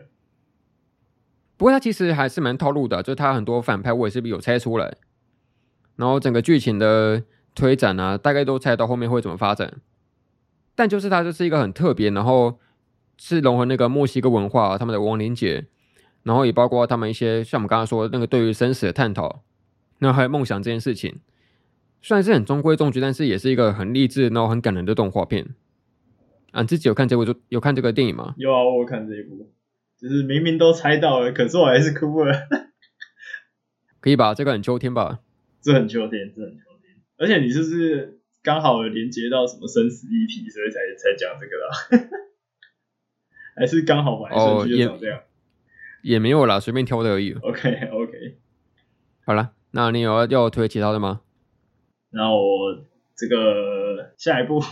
不过他其实还是蛮套路的，就是他很多反派我也是有猜出来，然后整个剧情的推展啊，大概都猜到后面会怎么发展。但就是它就是一个很特别，然后是融合那个墨西哥文化，他们的亡灵节，然后也包括他们一些像我们刚刚说的那个对于生死的探讨，然后还有梦想这件事情，虽然是很中规中矩，但是也是一个很励志然后很感人的动画片。你自己有看这个电影吗？ 有啊，我有看这一部，就是明明都猜到了，可是我还是哭了。 可以吧？这个很秋天吧？ 这很秋天。而且你是不是刚好有连接到什么生死议题，所以才讲这个啦？还是刚好本来顺序就长这样？ 也没有啦，随便挑的而已。 OK。 好了，那你要推其他的吗？ 然后我这个下一步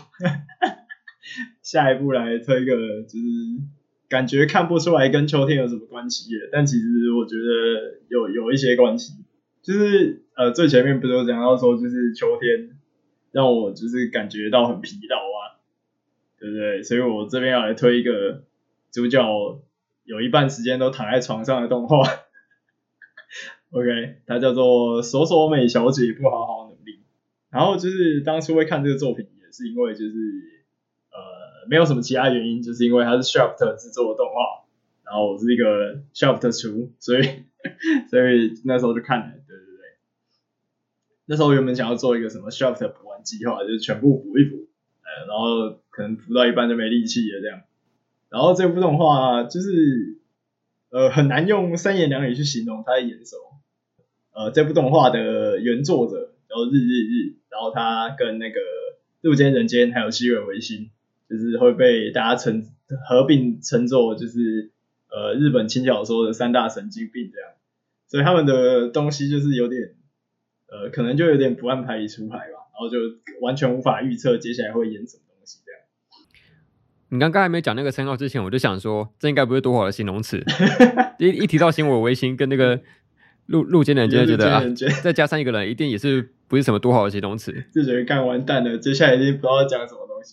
来推一个，就是感觉看不出来跟秋天有什么关系的，但其实我觉得有一些关系。就是最前面不是有讲到说，就是秋天让我就是感觉到很疲劳啊，对不对？所以我这边要来推一个主角有一半时间都躺在床上的动画。OK， 它叫做《索索美小姐不好好努力》。 然后就是当初会看这个作品，也是因为就是没有什么其他原因，就是因为它是 Shaft 制作的动画，然后我是一个 Shaft 厨，所以那时候就看了，对。那时候原本想要做一个什么 Shaft 补完计划，就是全部补一补，然后可能补到一半就没力气了这样。然后这部动画就是很难用三言两语去形容它的演手。这部动画的原作者叫日日日，然后他跟那个入间人间还有西尾维新，就是会被大家合并称作就是日本轻小说的三大神经病这样。所以他们的东西就是有点可能就有点不按牌理出牌吧，然后就完全无法预测接下来会演什么东西这样。 你刚刚还没讲那个称号之前，我就想说，这应该不是多好的形容词。一提到新尾维新跟那个陆间人间，就觉得啊，再加上一个人，一定也是不是什么多好的形容词。 就觉得干完蛋了，接下来一定不知道讲什么东西。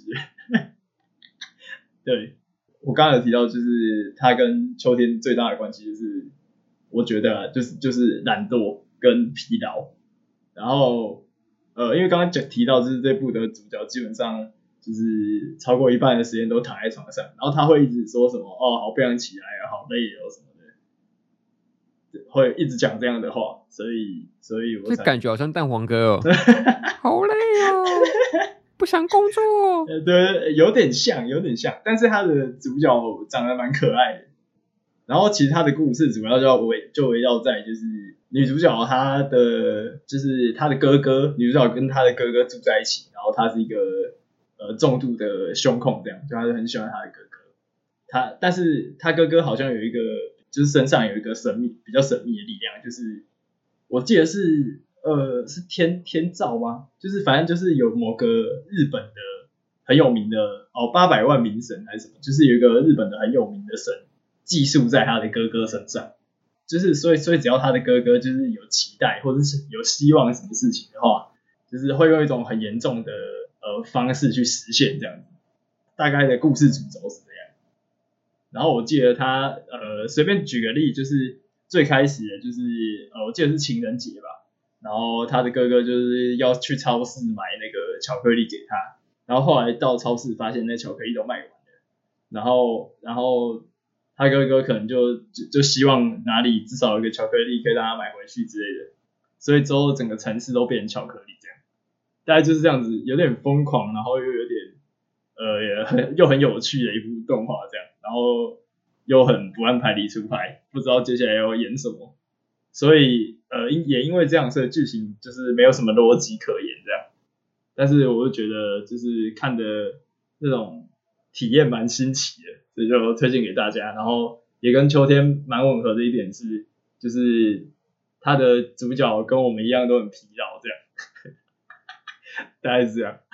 对，我刚刚有提到，就是他跟秋天最大的关系，就是我觉得就是懒惰跟疲劳。然后因为刚刚提到，就是这部的主角基本上就是超过一半的时间都躺在床上，然后他会一直说什么好不想起来啊，好累哦什么的，会一直讲这样的话，所以我这感觉好像蛋黄哥哦，好累哦，不想工作。 对，有点像，但是他的主角长得蛮可爱的。然后其实他的故事主要就围绕在就是女主角她的就是她的哥哥，女主角跟她的哥哥住在一起，然后他是一个重度的胸控这样，就他是很喜欢他的哥哥。但是他哥哥好像有一个就是身上有一个比较神秘的力量，就是我记得是天照吗？就是反正就是有某个日本的很有名的800万名神还是什么，就是有一个日本的很有名的神寄宿在他的哥哥身上，就是所以只要他的哥哥就是有期待或者是有希望什么事情的话，就是会用一种很严重的方式去实现这样子。大概的故事主轴是这样。然后我记得他随便举个例，就是最开始的就是我记得是情人节吧，然后他的哥哥就是要去超市买那个巧克力给他，然后后来到超市发现那巧克力都卖完了，然后他哥哥可能就希望哪里至少有一个巧克力可以让他买回去之类的，所以之后整个城市都变成巧克力这样，大概就是这样子，有点疯狂，然后又有点又很有趣的一部动画这样，然后又很不按牌理出牌，不知道接下来要演什么，所以也因为这样，所以剧情就是没有什么逻辑可言这样，但是我就觉得就是看的那种体验蛮新奇的，所以就推荐给大家。然后也跟秋天蛮吻合的一点是，就是他的主角跟我们一样都很疲劳，这样，大概是这样。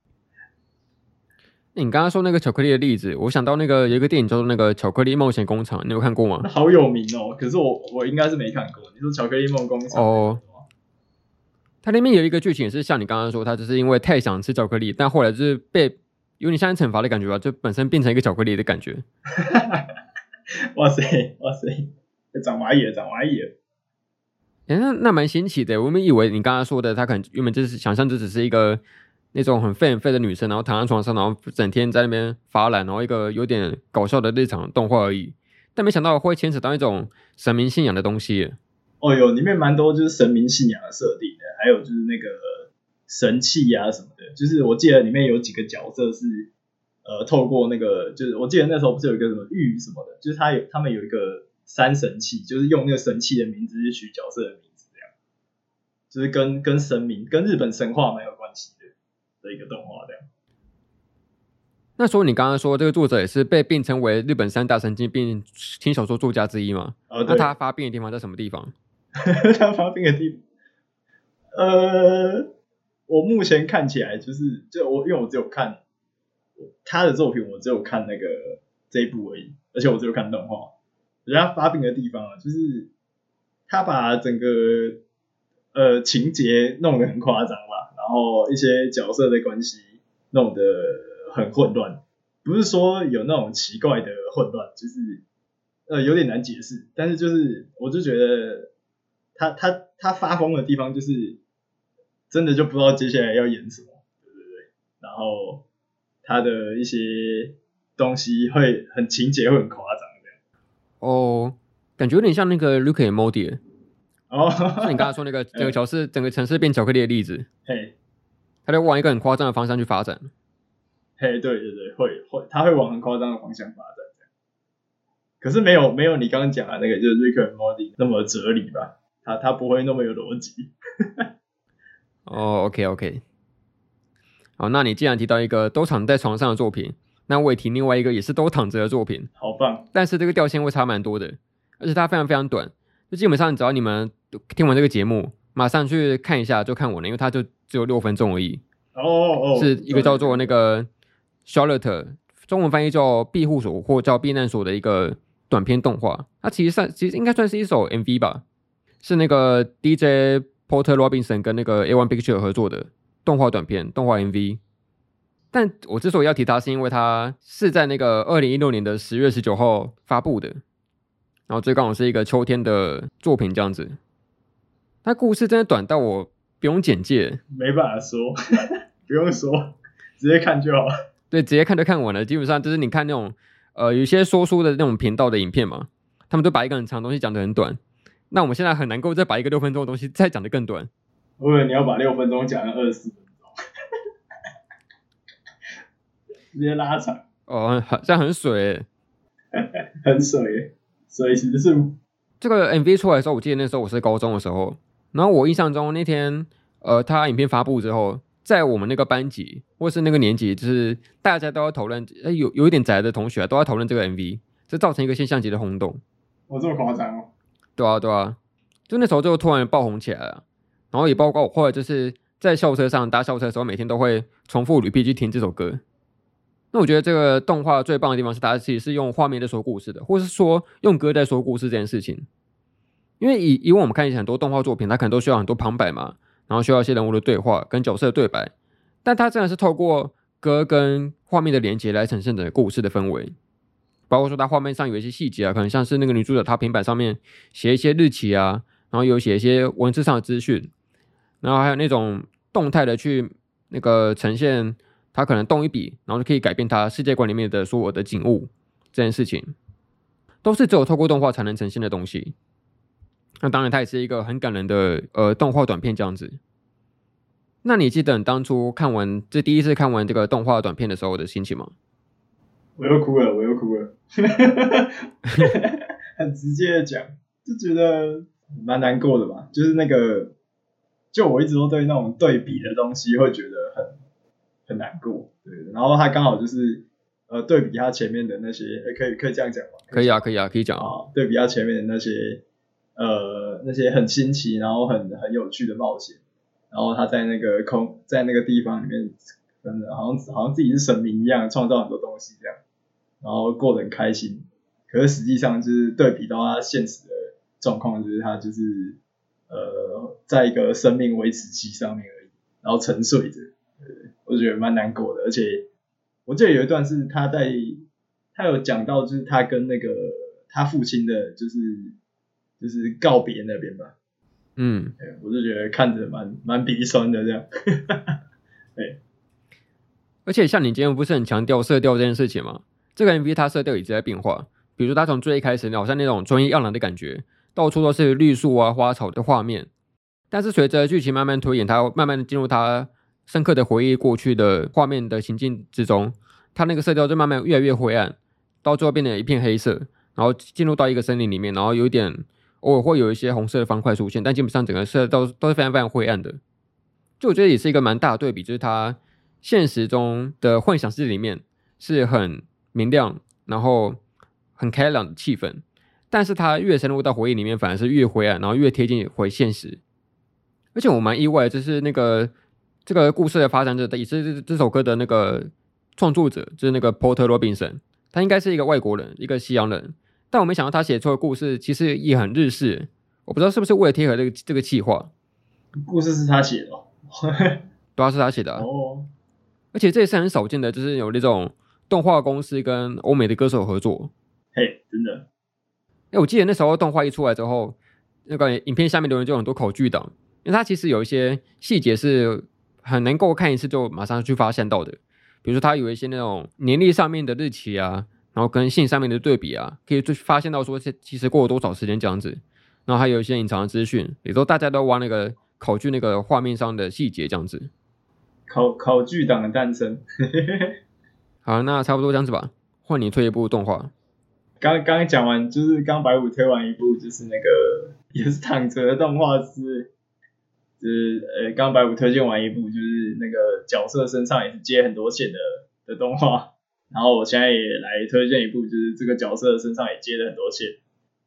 你刚刚说那个巧克力的例子，我想到那个有一个电影叫做那个《巧克力冒险工厂》，你有看过吗？ 好有名哦，可是我应该是没看过。你说巧克力梦工厂哦， 它里面有一个剧情也是像你刚刚说，他就是因为太想吃巧克力，但后来就是被有点像惩罚的感觉吧，就本身变成一个巧克力的感觉。 哇塞，长蚂蚁了。 那蛮新奇的。我们以为你刚刚说的，他可能原本就是想象这只是一个那种很废的女生，然后躺在床上，然后整天在那边发懒，然后一个有点搞笑的日常动画而已。但没想到会牵扯到一种神明信仰的东西。 哦哟，里面蛮多就是神明信仰的设定的，还有就是那个神器啊什么的。就是我记得里面有几个角色是透过那个，就是我记得那时候不是有一个什么玉什么的，就是他们有一个三神器，就是用那个神器的名字去取角色的名字，这样，就是跟神明跟日本神话蛮有关系的一个动画这样。 那说你刚刚说这个作者也是被并称为日本三大神经病轻小说作家之一吗？那他发病的地方在什么地方？ 他发病的地方，我目前看起来因为我只有看他的作品，我只有看那个这一部而已，而且我只有看动画。人家发病的地方啊，就是他把整个情节弄得很夸张吧，然后一些角色的关系弄得很混乱，不是说有那种奇怪的混乱，就是有点难解释，但是就是我就觉得他发疯的地方就是真的就不知道接下来要演什么，对不对？然后他的一些东西会很情节会很夸张这样。 哦，感觉有点像那个 Rick and Morty。 哦， 像你刚才说那个整个城市变巧克力的例子， 嘿， 他就往一个很夸张的方向去发展。 嘿，对，会，他会往很夸张的方向发展这样。可是没有你刚刚讲的那个就是 Rick and Morty 那么哲理吧？他不会那么有逻辑。 哦，OK， 好，那你既然提到一个都躺在床上的作品，那我也提另外一个也是都躺着的作品， 好棒！ 但是这个调性会差蛮多的，而且它非常非常短，就基本上只要你们听完这个节目，马上去看一下就看完了，因为它就只有6分钟而已。是一个叫做那个 Charlotte， 中文翻译叫庇护所或叫避难所的一个短片动画。它其实应该算是一首 MV 吧，是那个 DJ Porter Robinson 跟那个 A1 Picture 合作的动画短片动画 MV。但我之所以要提它，是因为它是在那个2016年的10月19号发布的，然后这刚好是一个秋天的作品这样子。它故事真的短到我不用简介， 没办法说，不用说，直接看就好。 对，直接看就看完了。基本上就是你看那种有一些说书的那种频道的影片嘛，他们都把一个很长的东西讲得很短。那我们现在很难够再把一个6分钟的东西再讲得更短。 我以为你要把6分钟讲成24分钟，直接拉长。 哦，这样很水很水，水时速。 这个 MV 出来的时候，我记得那时候我是高中的时候，然后我印象中那天他影片发布之后，在我们那个班级或是那个年级，就是大家都要讨论，有一点宅的同学都要讨论这个 MV， 这造成一个现象级的轰动。 这么夸张哦？ 对啊，就那时候就突然爆红起来了。然后也包括我后来就是在校车上搭校车的时候，每天都会重复履历去听这首歌。那我觉得这个动画最棒的地方是，它其实是用画面在说故事的，或是说用歌在说故事这件事情。因为以往我们看一些很多动画作品，它可能都需要很多旁白嘛，然后需要一些人物的对话跟角色的对白，但它真的是透过歌跟画面的连接来呈现整个故事的氛围。包括说它画面上有一些细节啊，可能像是那个女主角她平板上面写一些日期啊，然后有写一些文字上的资讯，然后还有那种动态的去那个呈现，它可能动一笔，然后就可以改变它世界观里面的所有的景物，这件事情都是只有透过动画才能呈现的东西。那当然它也是一个很感人的动画短片这样子。那你记得你当初第一次看完这个动画短片的时候的心情吗？ 我又哭了很直接的讲，就觉得蛮难过的吧。就是那个，就我一直都对那种对比的东西会觉得很难过，对。然后他刚好就是对比他前面的那些，可以这样讲吗？ 可以啊，可以讲啊。对比他前面的那些很新奇，然后很有趣的冒险，然后他在那个地方里面，真的好像自己是神明一样，创造很多东西这样，然后过得很开心。可是实际上就是对比到他现实的状况，就是他就是在一个生命维持器上面而已，然后沉睡着，我觉得蛮难过的。而且我记得有一段是他有讲到，就是他跟那个他父亲的，就是告别那边吧。我就觉得看着蛮鼻酸的这样。对。 而且像你今天不是很强调色调这件事情吗？这个 MV 它色调一直在变化，比如说它从最一开始好像那种春意盎然的感觉，到处都是绿树啊花草的画面，但是随着剧情慢慢推演，它慢慢进入它深刻的回忆过去的画面的情境之中，它那个色调就慢慢越来越灰暗，到最后变成一片黑色，然后进入到一个森林里面，然后有一点偶尔会有一些红色的方块出现，但基本上整个色调都是非常非常灰暗的。就我觉得也是一个蛮大的对比，就是它现实中的幻想世界里面是很明亮，然后很开朗的气氛，但是它越深入到回忆里面，反而是越灰暗，然后越贴近回现实。而且我蛮意外，就是这个故事的发展者，也是这首歌的那个创作者，就是那个 Porter Robinson， 他应该是一个外国人，一个西洋人，但我没想到他写出的故事其实也很日式，我不知道是不是为了贴合这个企划。 故事是他写的哦。 对啊，是他写的啊。而且这也是很少见的，就是有那种动画公司跟欧美的歌手合作。 嘿，真的。 我记得那时候动画一出来之后，那个影片下面留言就有很多口剧党， 因为它其实有一些细节是很能够看一次就马上去发现到的，比如说它有一些那种年历上面的日期啊，然后跟信上面的对比啊，可以就发现到说其实过了多少时间这样子，然后还有一些隐藏的资讯，也都大家都挖那个考据那个画面上的细节这样子。 考据党的诞生。 好，那差不多这样子吧，换你推一部动画。 刚讲完，就是刚白虎推完一部，就是那个也是躺着的动画刚白虎推荐完一部，就是那个角色身上也是接很多线的动画，然后我现在也来推荐一部，就是这个角色身上也接了很多线。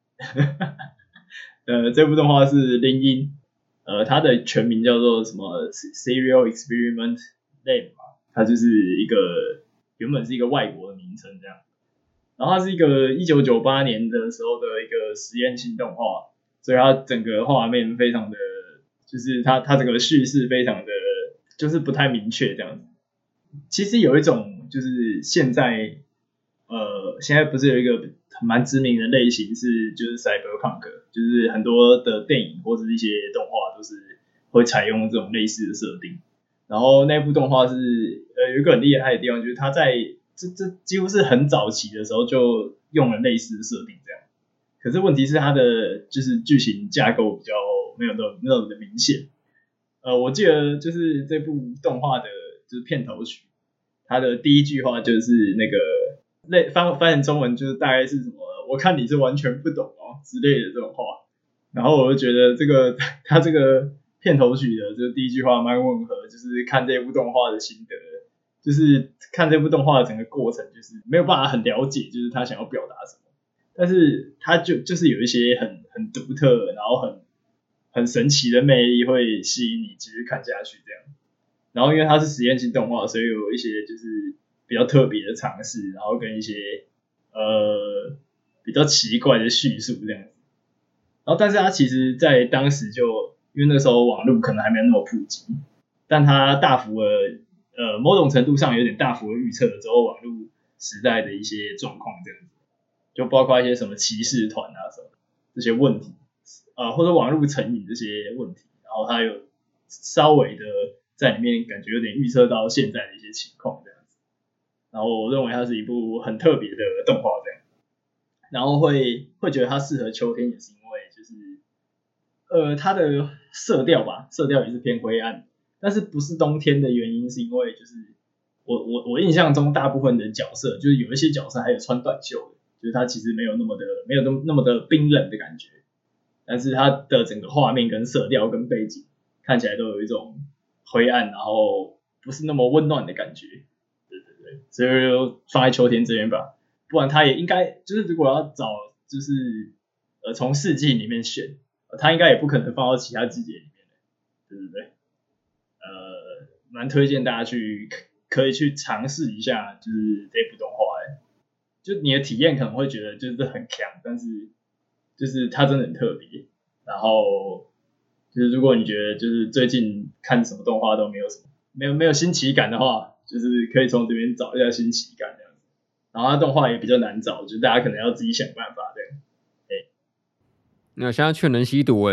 这部动画是铃音，它的全名叫做什么 Serial Experiment Lab 嘛，它就是原本是一个外国的名称这样。然后它是一个1998年的时候的一个实验性动画，所以它整个画面非常的，就是它整个叙事非常的，就是不太明确这样子。其实有一种就是现在不是有一个蛮知名的类型是就是 cyberpunk， 就是很多的电影或是一些动画都是会采用这种类似的设定。然后那部动画是有一个很厉害的地方，就是它在这几乎是很早期的时候就用了类似的设定这样。可是问题是它的就是剧情架构比较没有那么的明显。我记得就是这部动画的就是片头曲，它的第一句话就是那个翻成中文就是大概是什么，我看你是完全不懂哦之类的这种话。然后我就觉得它这个片头曲的这第一句话蛮吻合，就是看这部动画的心得。就是看这部动画的整个过程，就是没有办法很了解，就是他想要表达什么，但是他就是有一些很独特，然后很神奇的魅力，会吸引你继续看下去这样。然后因为它是实验性动画，所以有一些就是比较特别的尝试，然后跟一些比较奇怪的叙述这样子。然后但是它其实在当时就因为那时候网络可能还没有那么普及，但它大幅的某种程度上有点大幅的预测了之后网络时代的一些状况这样子，就包括一些什么歧视团啊什么这些问题，或者网络成瘾这些问题，然后它有稍微的在里面感觉有点预测到现在的一些情况这样子。然后我认为它是一部很特别的动画这样，然后会觉得它适合秋天，也是因为就是它的色调也是偏灰暗。但是不是冬天的原因是因为就是我印象中大部分的角色就是有一些角色还有穿短袖的，就是它其实没有那么的冰冷的感觉，但是它的整个画面跟色调跟背景看起来都有一种灰暗，然后不是那么温暖的感觉。对，所以就放在秋天这边吧，不然它也应该就是如果要找就是从四季里面选，它应该也不可能放到其他季节里面的，对不对？蛮推荐大家可以去尝试一下，就是这部动画就你的体验可能会觉得就是很强，但是就是它真的很特别。然后就是如果你觉得就是最近看什么动画都没有新奇感的话，就是可以从这边找一下新奇感这样子。然后它动画也比较难找，就大家可能要自己想办法这样。 那现在劝人吸毒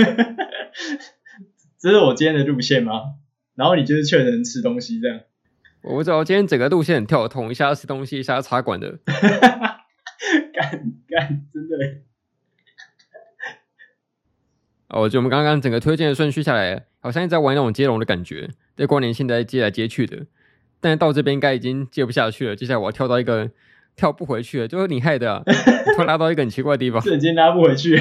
这是我今天的路线吗？然后你就是劝人吃东西这样？ 我不知道，今天整个路线很跳通，一下吃东西，一下插管的。 干，真的。 我觉得我们刚刚整个推荐的顺序下来，好像一直在玩那种接龙的感觉，在过年现在接来接去的，但是到这边应该已经接不下去了。接下来我要跳到一个跳不回去了，就是你害的啊！突然拉到一个很奇怪的地方， 这已经拉不回去了。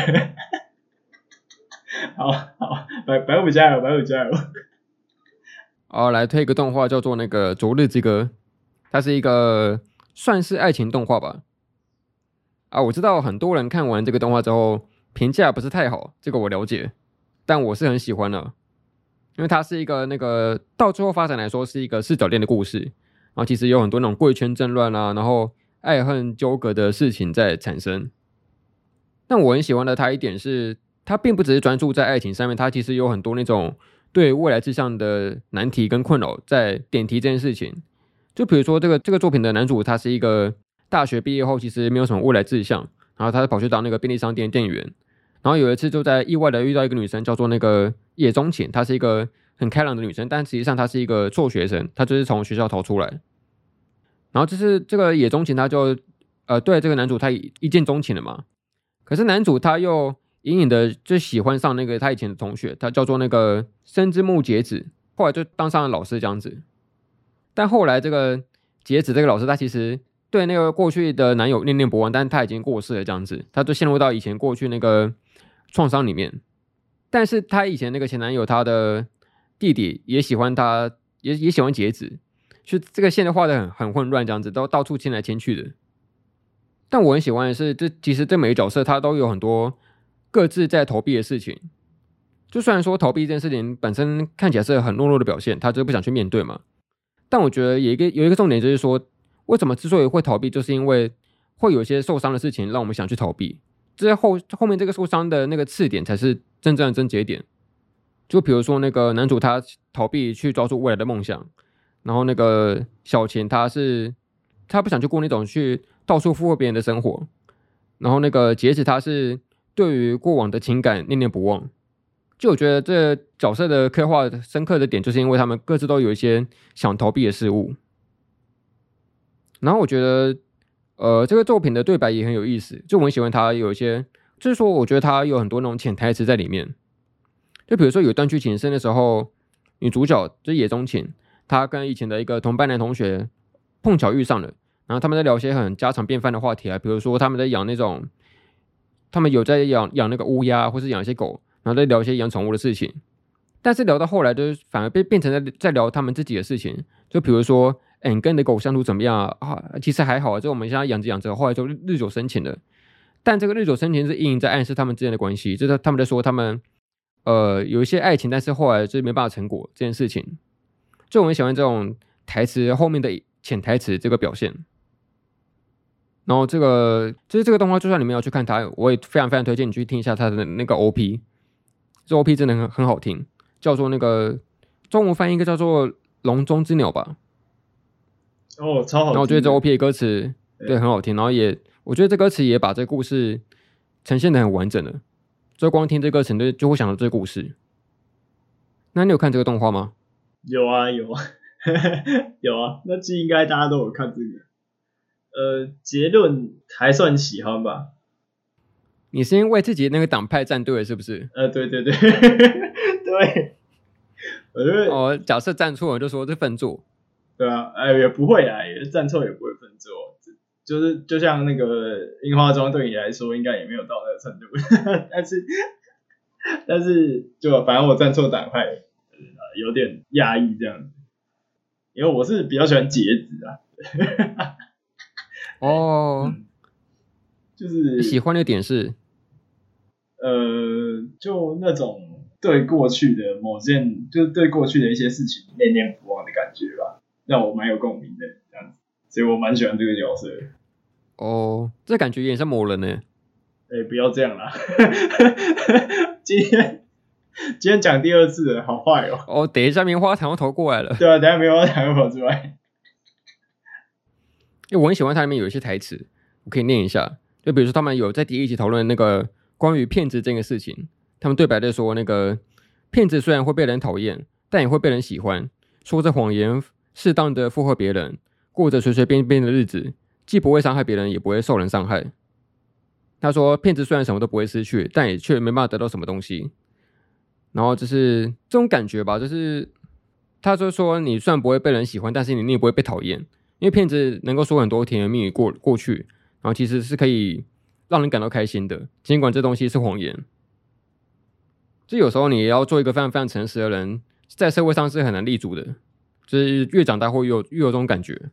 好，白虎加油，白虎加油！ 来推一个动画叫做那个《昨日之歌》，它是一个算是爱情动画吧。我知道很多人看完这个动画之后评价不是太好，这个我了解，但我是很喜欢的，因为它是一个那个到最后发展来说是一个四角恋的故事，然后其实有很多那种贵圈争乱啊，然后爱恨纠葛的事情在产生。但我很喜欢的它一点是，它并不只是专注在爱情上面，它其实有很多那种对未来志向的难题跟困扰在点题这件事情。就比如说这个作品的男主，他是一个大学毕业后其实没有什么未来志向，然后他跑去当那个便利商店店员，然后有一次就在意外的遇到一个女生叫做那个野中晴，她是一个很开朗的女生，但实际上她是一个辍学生，她就是从学校逃出来。然后就是这个野中晴，她就对这个男主他一见钟情了嘛。可是男主他又隐隐的就喜欢上那个他以前的同学，他叫做那个深之木节子，后来就当上了老师这样子。但后来这个节子这个老师，他其实对那个过去的男友念念不忘，但他已经过世了这样子，他就陷入到以前过去那个创伤里面。但是他以前那个前男友他的弟弟也喜欢他，也喜欢节子，就这个线都画得很混乱这样子，都到处牵来牵去的。但我很喜欢的是，其实这每个角色他都有很多各自在逃避的事情。就虽然说逃避这件事情本身看起来是很懦弱的表现，他就是不想去面对嘛。但我觉得有一个重点就是说，为什么之所以会逃避，就是因为会有一些受伤的事情让我们想去逃避。这后面这个受伤的那个刺点才是真正的症结点。就比如说那个男主他逃避去抓住未来的梦想，然后那个小晴他不想去过那种去到处附和别人的生活，然后那个节子他是对于过往的情感念念不忘。就我觉得这角色的刻画深刻的点，就是因为他们各自都有一些想逃避的事物。然后我觉得这个作品的对白也很有意思，就我很喜欢他有一些，就是说我觉得他有很多那种潜台词在里面。就比如说有一段剧情是那时候女主角就是野中晴，她跟以前的一个同班男同学碰巧遇上了，然后他们在聊些很家常便饭的话题啊，比如说他们在养那种，他们有在养那个乌鸦，或是养一些狗，然后在聊一些养宠物的事情。但是聊到后来，就是反而变成在聊他们自己的事情，就比如说，你跟你的狗相处怎么样啊？其实还好啊，就我们现在养着养着，后来就日久生情了。但这个日久生情是隐隐在暗示他们之间的关系，就是他们在说他们有一些爱情，但是后来就是没办法成果这件事情。就我很喜欢这种台词后面的潜台词这个表现。然后这个动画，就算你没有去看它，我也非常非常推荐你去听一下它的那个 OP， 这 OP 真的很好听，叫做那个中文翻译应该叫做笼中之鸟吧。 哦，超好听。 然后我觉得这 OP 的歌词对很好听，然后我觉得这歌词也把这个故事呈现的很完整了，就光听这歌词就会想到这个故事。那你有看这个动画吗？ 有啊有啊有啊，那季应该大家都有看这个。结论还算喜欢吧。 你是因为自己那个党派站队了是不是？ 对对对对，我觉得假设站错了就说是分作。对啊，也不会啊，站错也不会分作，就像那个樱花庄对你来说应该也没有到那个程度，但是就反正我站错党派，有点讶异这样子，因为我是比较喜欢节子啊。就是喜欢的点是， 就那种对过去的就是对过去的一些事情念念不忘的感觉吧，让我蛮有共鳴的这样子，所以我蛮喜欢这个角色的。 这感觉有点像某人呢。 不要这样啦今天讲第二次了，好坏哦。 等一下棉花糖要投过来了。 对啊，等一下棉花糖要跑出来。 因为我很喜欢它里面有一些台词，我可以念一下。就比如说他们有在第一集讨论那个关于骗子这个事情，他们对白在说那个骗子虽然会被人讨厌，但也会被人喜欢，说着谎言，适当的附和别人，过着随随便便的日子，既不会伤害别人，也不会受人伤害。他说骗子虽然什么都不会失去，但也却没办法得到什么东西。然后就是这种感觉吧，就是他就说你虽然不会被人喜欢，但是你也不会被讨厌，因为骗子能够说很多甜言蜜语过去，然后其实是可以让人感到开心的，尽管这东西是谎言。就有时候你也要做一个非常非常诚实的人，在社会上是很难立足的，就是越长大会越有这种感觉。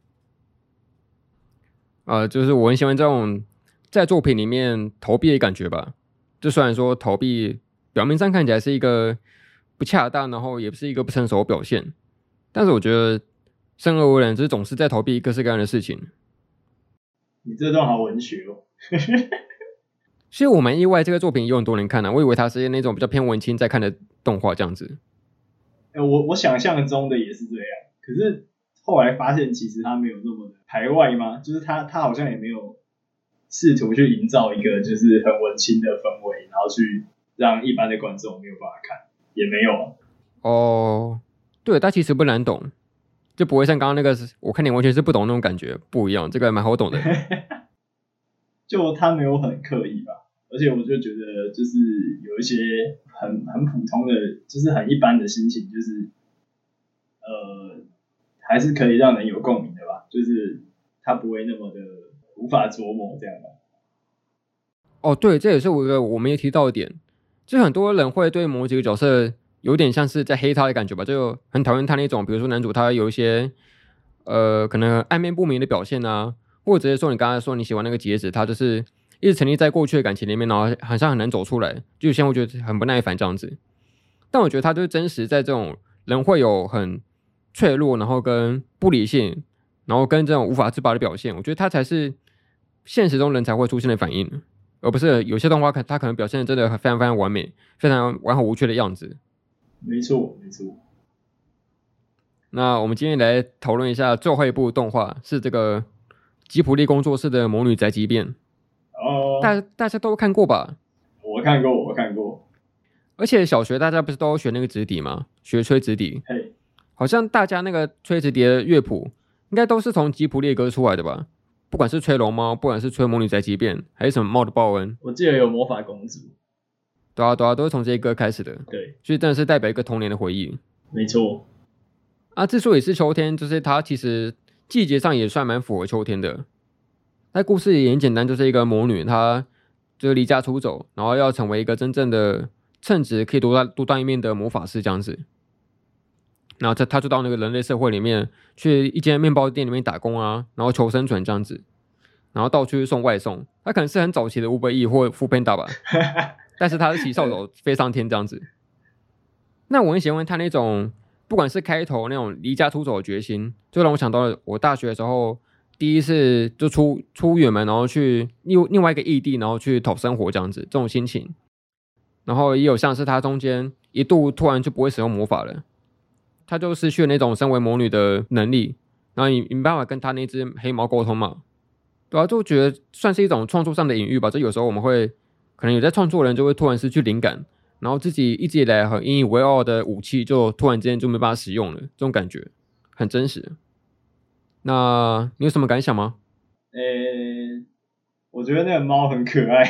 就是我很喜欢这种在作品里面逃避的感觉吧。就虽然说逃避表面上看起来是一个不恰当，然后也不是一个不成熟的表现，但是我觉得生而为人，就是总是在逃避各式各样的事情。 你这段好文学哦。 所以我蛮意外，这个作品有很多人看啊，我以为它是那种比较偏文青在看的动画这样子。 我想象中的也是这样，可是后来发现其实它没有那么的排外嘛，就是它好像也没有试图去营造一个就是很文青的氛围，然后去让一般的观众没有办法看。 也没有啊。 哦，对，但其实不难懂，就不会像刚刚那个，我看你完全是不懂那种感觉，不一样，这个蛮好懂的。 就他没有很刻意吧，而且我就觉得就是有一些很普通的，就是很一般的心情，就是还是可以让人有共鸣的吧，就是他不会那么的无法琢磨这样吧。 哦，对，这也是我没有提到的点，就很多人会对某几个角色有点像是在黑他的感觉吧，就很讨厌他那种，比如说男主他有一些可能暧昧不明的表现啊，或者是说你刚才说你喜欢那个节子，他就是一直沉溺在过去的感情里面，然后好像很难走出来，就有些人会觉得很不耐烦这样子。但我觉得他就是真实在这种人会有很脆弱，然后跟不理性，然后跟这种无法自拔的表现，我觉得他才是现实中人才会出现的反应，而不是有些动画它可能表现的真的非常非常完美，非常完好无缺的样子。 没错，没错。 那我们今天来讨论一下最后一部动画，是这个吉卜力工作室的《魔女宅急便》。大家都看过吧？ 我看过，我看过。 而且小学大家不是都学那个直笛吗？学吹直笛。 嘿， 好像大家那个吹直笛的乐谱，应该都是从吉卜力歌出来的吧？不管是吹龙猫，不管是吹魔女宅急便，还是什么猫的报恩， 我记得有魔法公主。 对啊，都是从这些歌开始的。 对， 所以真的是代表一个童年的回忆。 没错。 啊，之所以是秋天，就是它其实季节上也算蛮符合秋天的。那故事也很简单，就是一个魔女，她就是离家出走，然后要成为一个真正的称职可以独当一面的魔法师这样子。然后她就到那个人类社会里面，去一间面包店里面打工啊，然后求生存这样子，然后到处去送外送。她可能是很早期的 Uber Eats 或 Foodpanda 吧，但是她是骑扫帚飞上天这样子。那我很喜欢她那种，不管是开头那种离家出走的决心，就让我想到了我大学的时候。第一次就出远门，然后去另外一个异地，然后去讨生活这样子，这种心情。然后也有像是他中间一度突然就不会使用魔法了，他就失去了那种身为魔女的能力，然后你没办法跟他那只黑猫沟通嘛，对啊，就觉得算是一种创作上的隐喻吧。就有时候我们会可能有在创作的人就会突然失去灵感，然后自己一直以来很引以为傲的武器就突然之间就没办法使用了，这种感觉很真实。那你有什么感想吗？ 我觉得那个猫很可爱，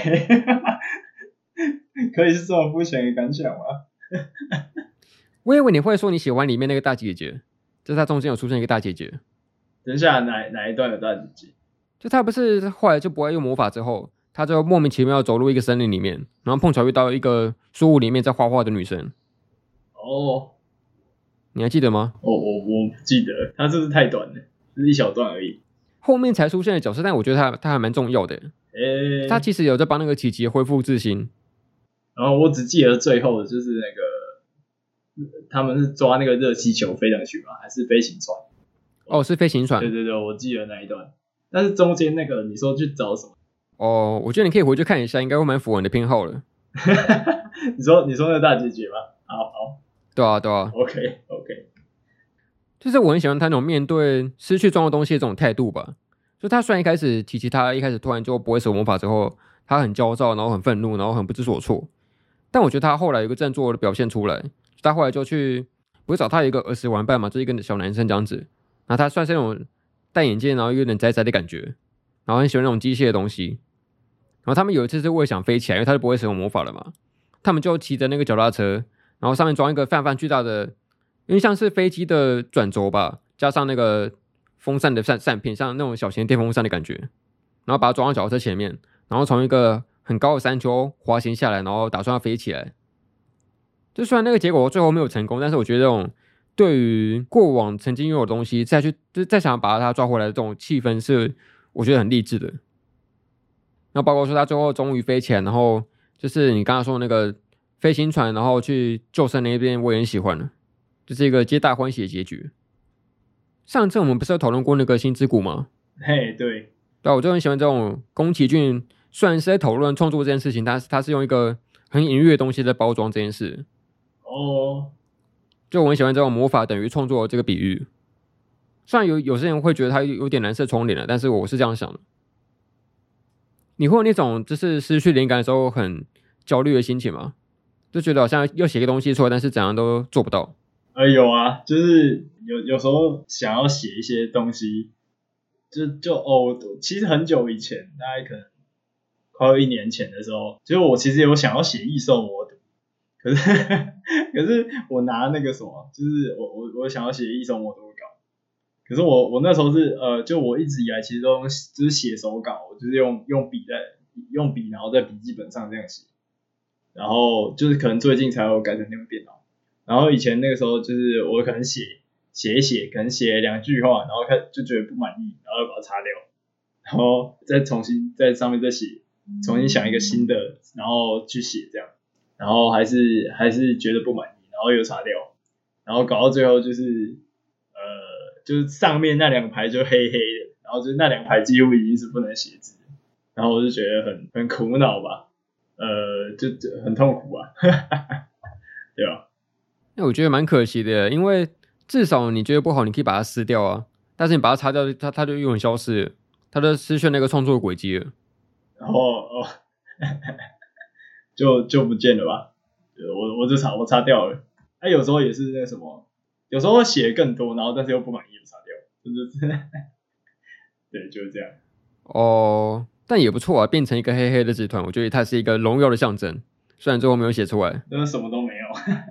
可以是这么肤浅的感想吗？ 我以为你会说你喜欢里面那个大姐姐，就是她中间有出现一个大姐姐。 等一下，哪一段有大姐姐？ 就她不是后来就不会用魔法之后，她就莫名其妙走入一个森林里面，然后碰巧遇到一个书屋里面在画画的女生。 哦， 你还记得吗？ 我不记得，它是不是太短了？是一小段而已。 后面才出现的角色，但我觉得他还蛮重要的。他其实有在帮那个琪琪恢复自信。 然后我只记得最后就是那个他们是抓那个热气球飞上去吗？还是飞行船？ 哦，是飞行船。 对对对，我记得那一段。但是中间那个你说去找什么？ 哦，我觉得你可以回去看一下，应该会蛮符合你的偏好的。 你说那个大姐姐吗？好。 对啊。 OK。 就是我很喜欢他那种面对失去重要东西的这种态度吧。就他虽然一开始琪琪他一开始突然就不会使用魔法之后，他很焦躁，然后很愤怒，然后很不知所措。但我觉得他后来有一个振作的表现出来，他后来就去不是找他有一个儿时玩伴嘛，就是一个小男生这样子。然后他算是那种戴眼镜，然后有点宅宅的感觉，然后很喜欢那种机械的东西。然后他们有一次是为了想飞起来，因为他就不会使用魔法了嘛，他们就骑着那个脚踏车，然后上面装一个非常巨大的。因为像是飞机的转轴吧，加上那个风扇的扇片，像那种小型电风扇的感觉，然后把它装到脚踏车前面，然后从一个很高的山丘滑行下来，然后打算要飞起来。就虽然那个结果最后没有成功，但是我觉得这种对于过往曾经拥有的东西，再想把它抓回来的这种气氛，是我觉得很励志的。然后包括说他最后终于飞起来，然后就是你刚刚说的那个飞行船，然后去救生那边，我也很喜欢了。就是一个皆大欢喜的结局。上次我们不是有讨论过那个星之谷吗？ 嘿，对啊，我就很喜欢这种宫崎骏，虽然是在讨论创作这件事情，但是他是用一个很隐喻的东西在包装这件事。 哦， 就我很喜欢这种魔法等于创作这个比喻。虽然有些人会觉得他有点蓝色窗帘了，但是我是这样想的。你会有那种就是失去灵感的时候很焦虑的心情吗？ 就觉得好像要写个东西出来，但是怎样都做不到。 有啊，就是有时候想要写一些东西，其实很久以前，大概可能快要1年前的时候，就是我其实有想要写异兽魔读，可是可是我拿那个什么，就是我想要写异兽魔读稿，可是我那时候是就我一直以来其实都就是写手稿，我就是用笔然后在笔记本上这样写，然后就是可能最近才有改成用电脑。然后以前那个时候就是我可能写一写，可能写2句话，然后就觉得不满意，然后把它擦掉，然后再重新在上面再写，重新想一个新的，然后去写这样，然后还是觉得不满意，然后又擦掉，然后搞到最后就是就是上面那2排就黑黑的，然后就是那2排几乎已经是不能写字，然后我就觉得很苦恼吧，就很痛苦啊，对吧？ 那我觉得蛮可惜的，因为至少你觉得不好，你可以把它撕掉啊。但是你把它擦掉，它就永远消失了，它就失去那个创作轨迹了。 然后就不见了吧？我擦掉了。有时候也是那什么，有时候写更多，然后但是又不满意就擦掉，就是对，就是这样。 哦，但也不错啊，变成一个黑黑的纸团，我觉得它是一个荣耀的象征。虽然最后没有写出来， 真的什么都没有。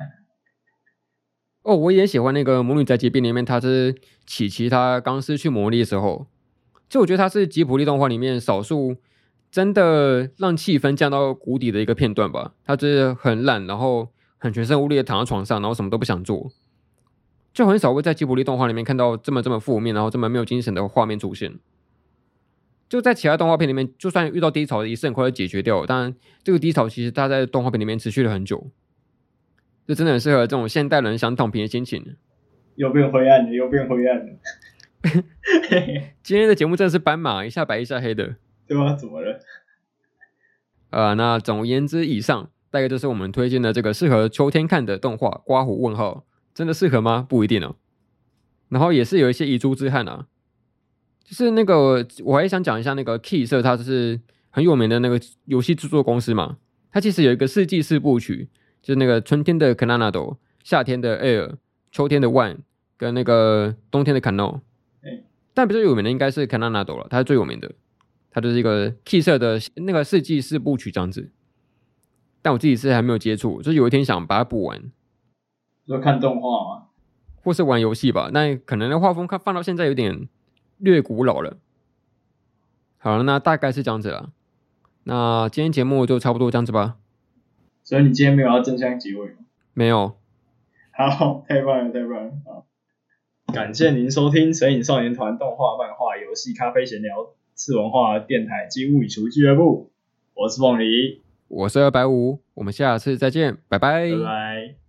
哦，我也喜欢那个《魔女宅急便》里面，它是琪琪她刚失去魔力的时候，就我觉得它是吉卜力动画里面少数真的让气氛降到谷底的一个片段吧。它就是很烂，然后很全身无力的躺在床上，然后什么都不想做，就很少会在吉卜力动画里面看到这么负面，然后这么没有精神的画面出现。就在其他动画片里面，就算遇到低潮，也是很快就解决掉。当然，这个低潮其实它在动画片里面持续了很久。就真的很适合这种现代人想躺平的心情。 又变灰暗了，又变灰暗了。 今天的节目真的是斑马，一下白一下黑的。 对吧？怎么了？ 那总而言之，以上大概就是我们推荐的这个适合秋天看的动画《刮胡问号》，真的适合吗？不一定哦。然后也是有一些遗珠之憾啊，就是那个我还想讲一下那个 Key 社，它就是很有名的那个游戏制作公司嘛，它其实有一个4季4部曲。就是那个春天的 Cananado， 夏天的 Air， 秋天的 One， 跟那个冬天的 Cano。但比较有名的应该是 Cananado 了，它是最有名的。它就是一个 Key 社的那个4季4部曲这样子。但我自己是还没有接触，就是有一天想把它补完。 说看动画吗？ 或是玩游戏吧，那可能的画风放到现在有点略古老了。好了，那大概是这样子啦。那今天节目就差不多这样子吧。 所以你今天没有要正向结尾吗？ 没有。 好，太棒了，太棒了！好，感谢您收听《神隐少年团》动画、漫画、游戏、咖啡闲聊次文化电台及物语厨俱乐部。我是凤梨， 我是250，我们下次再见，拜拜。 拜拜。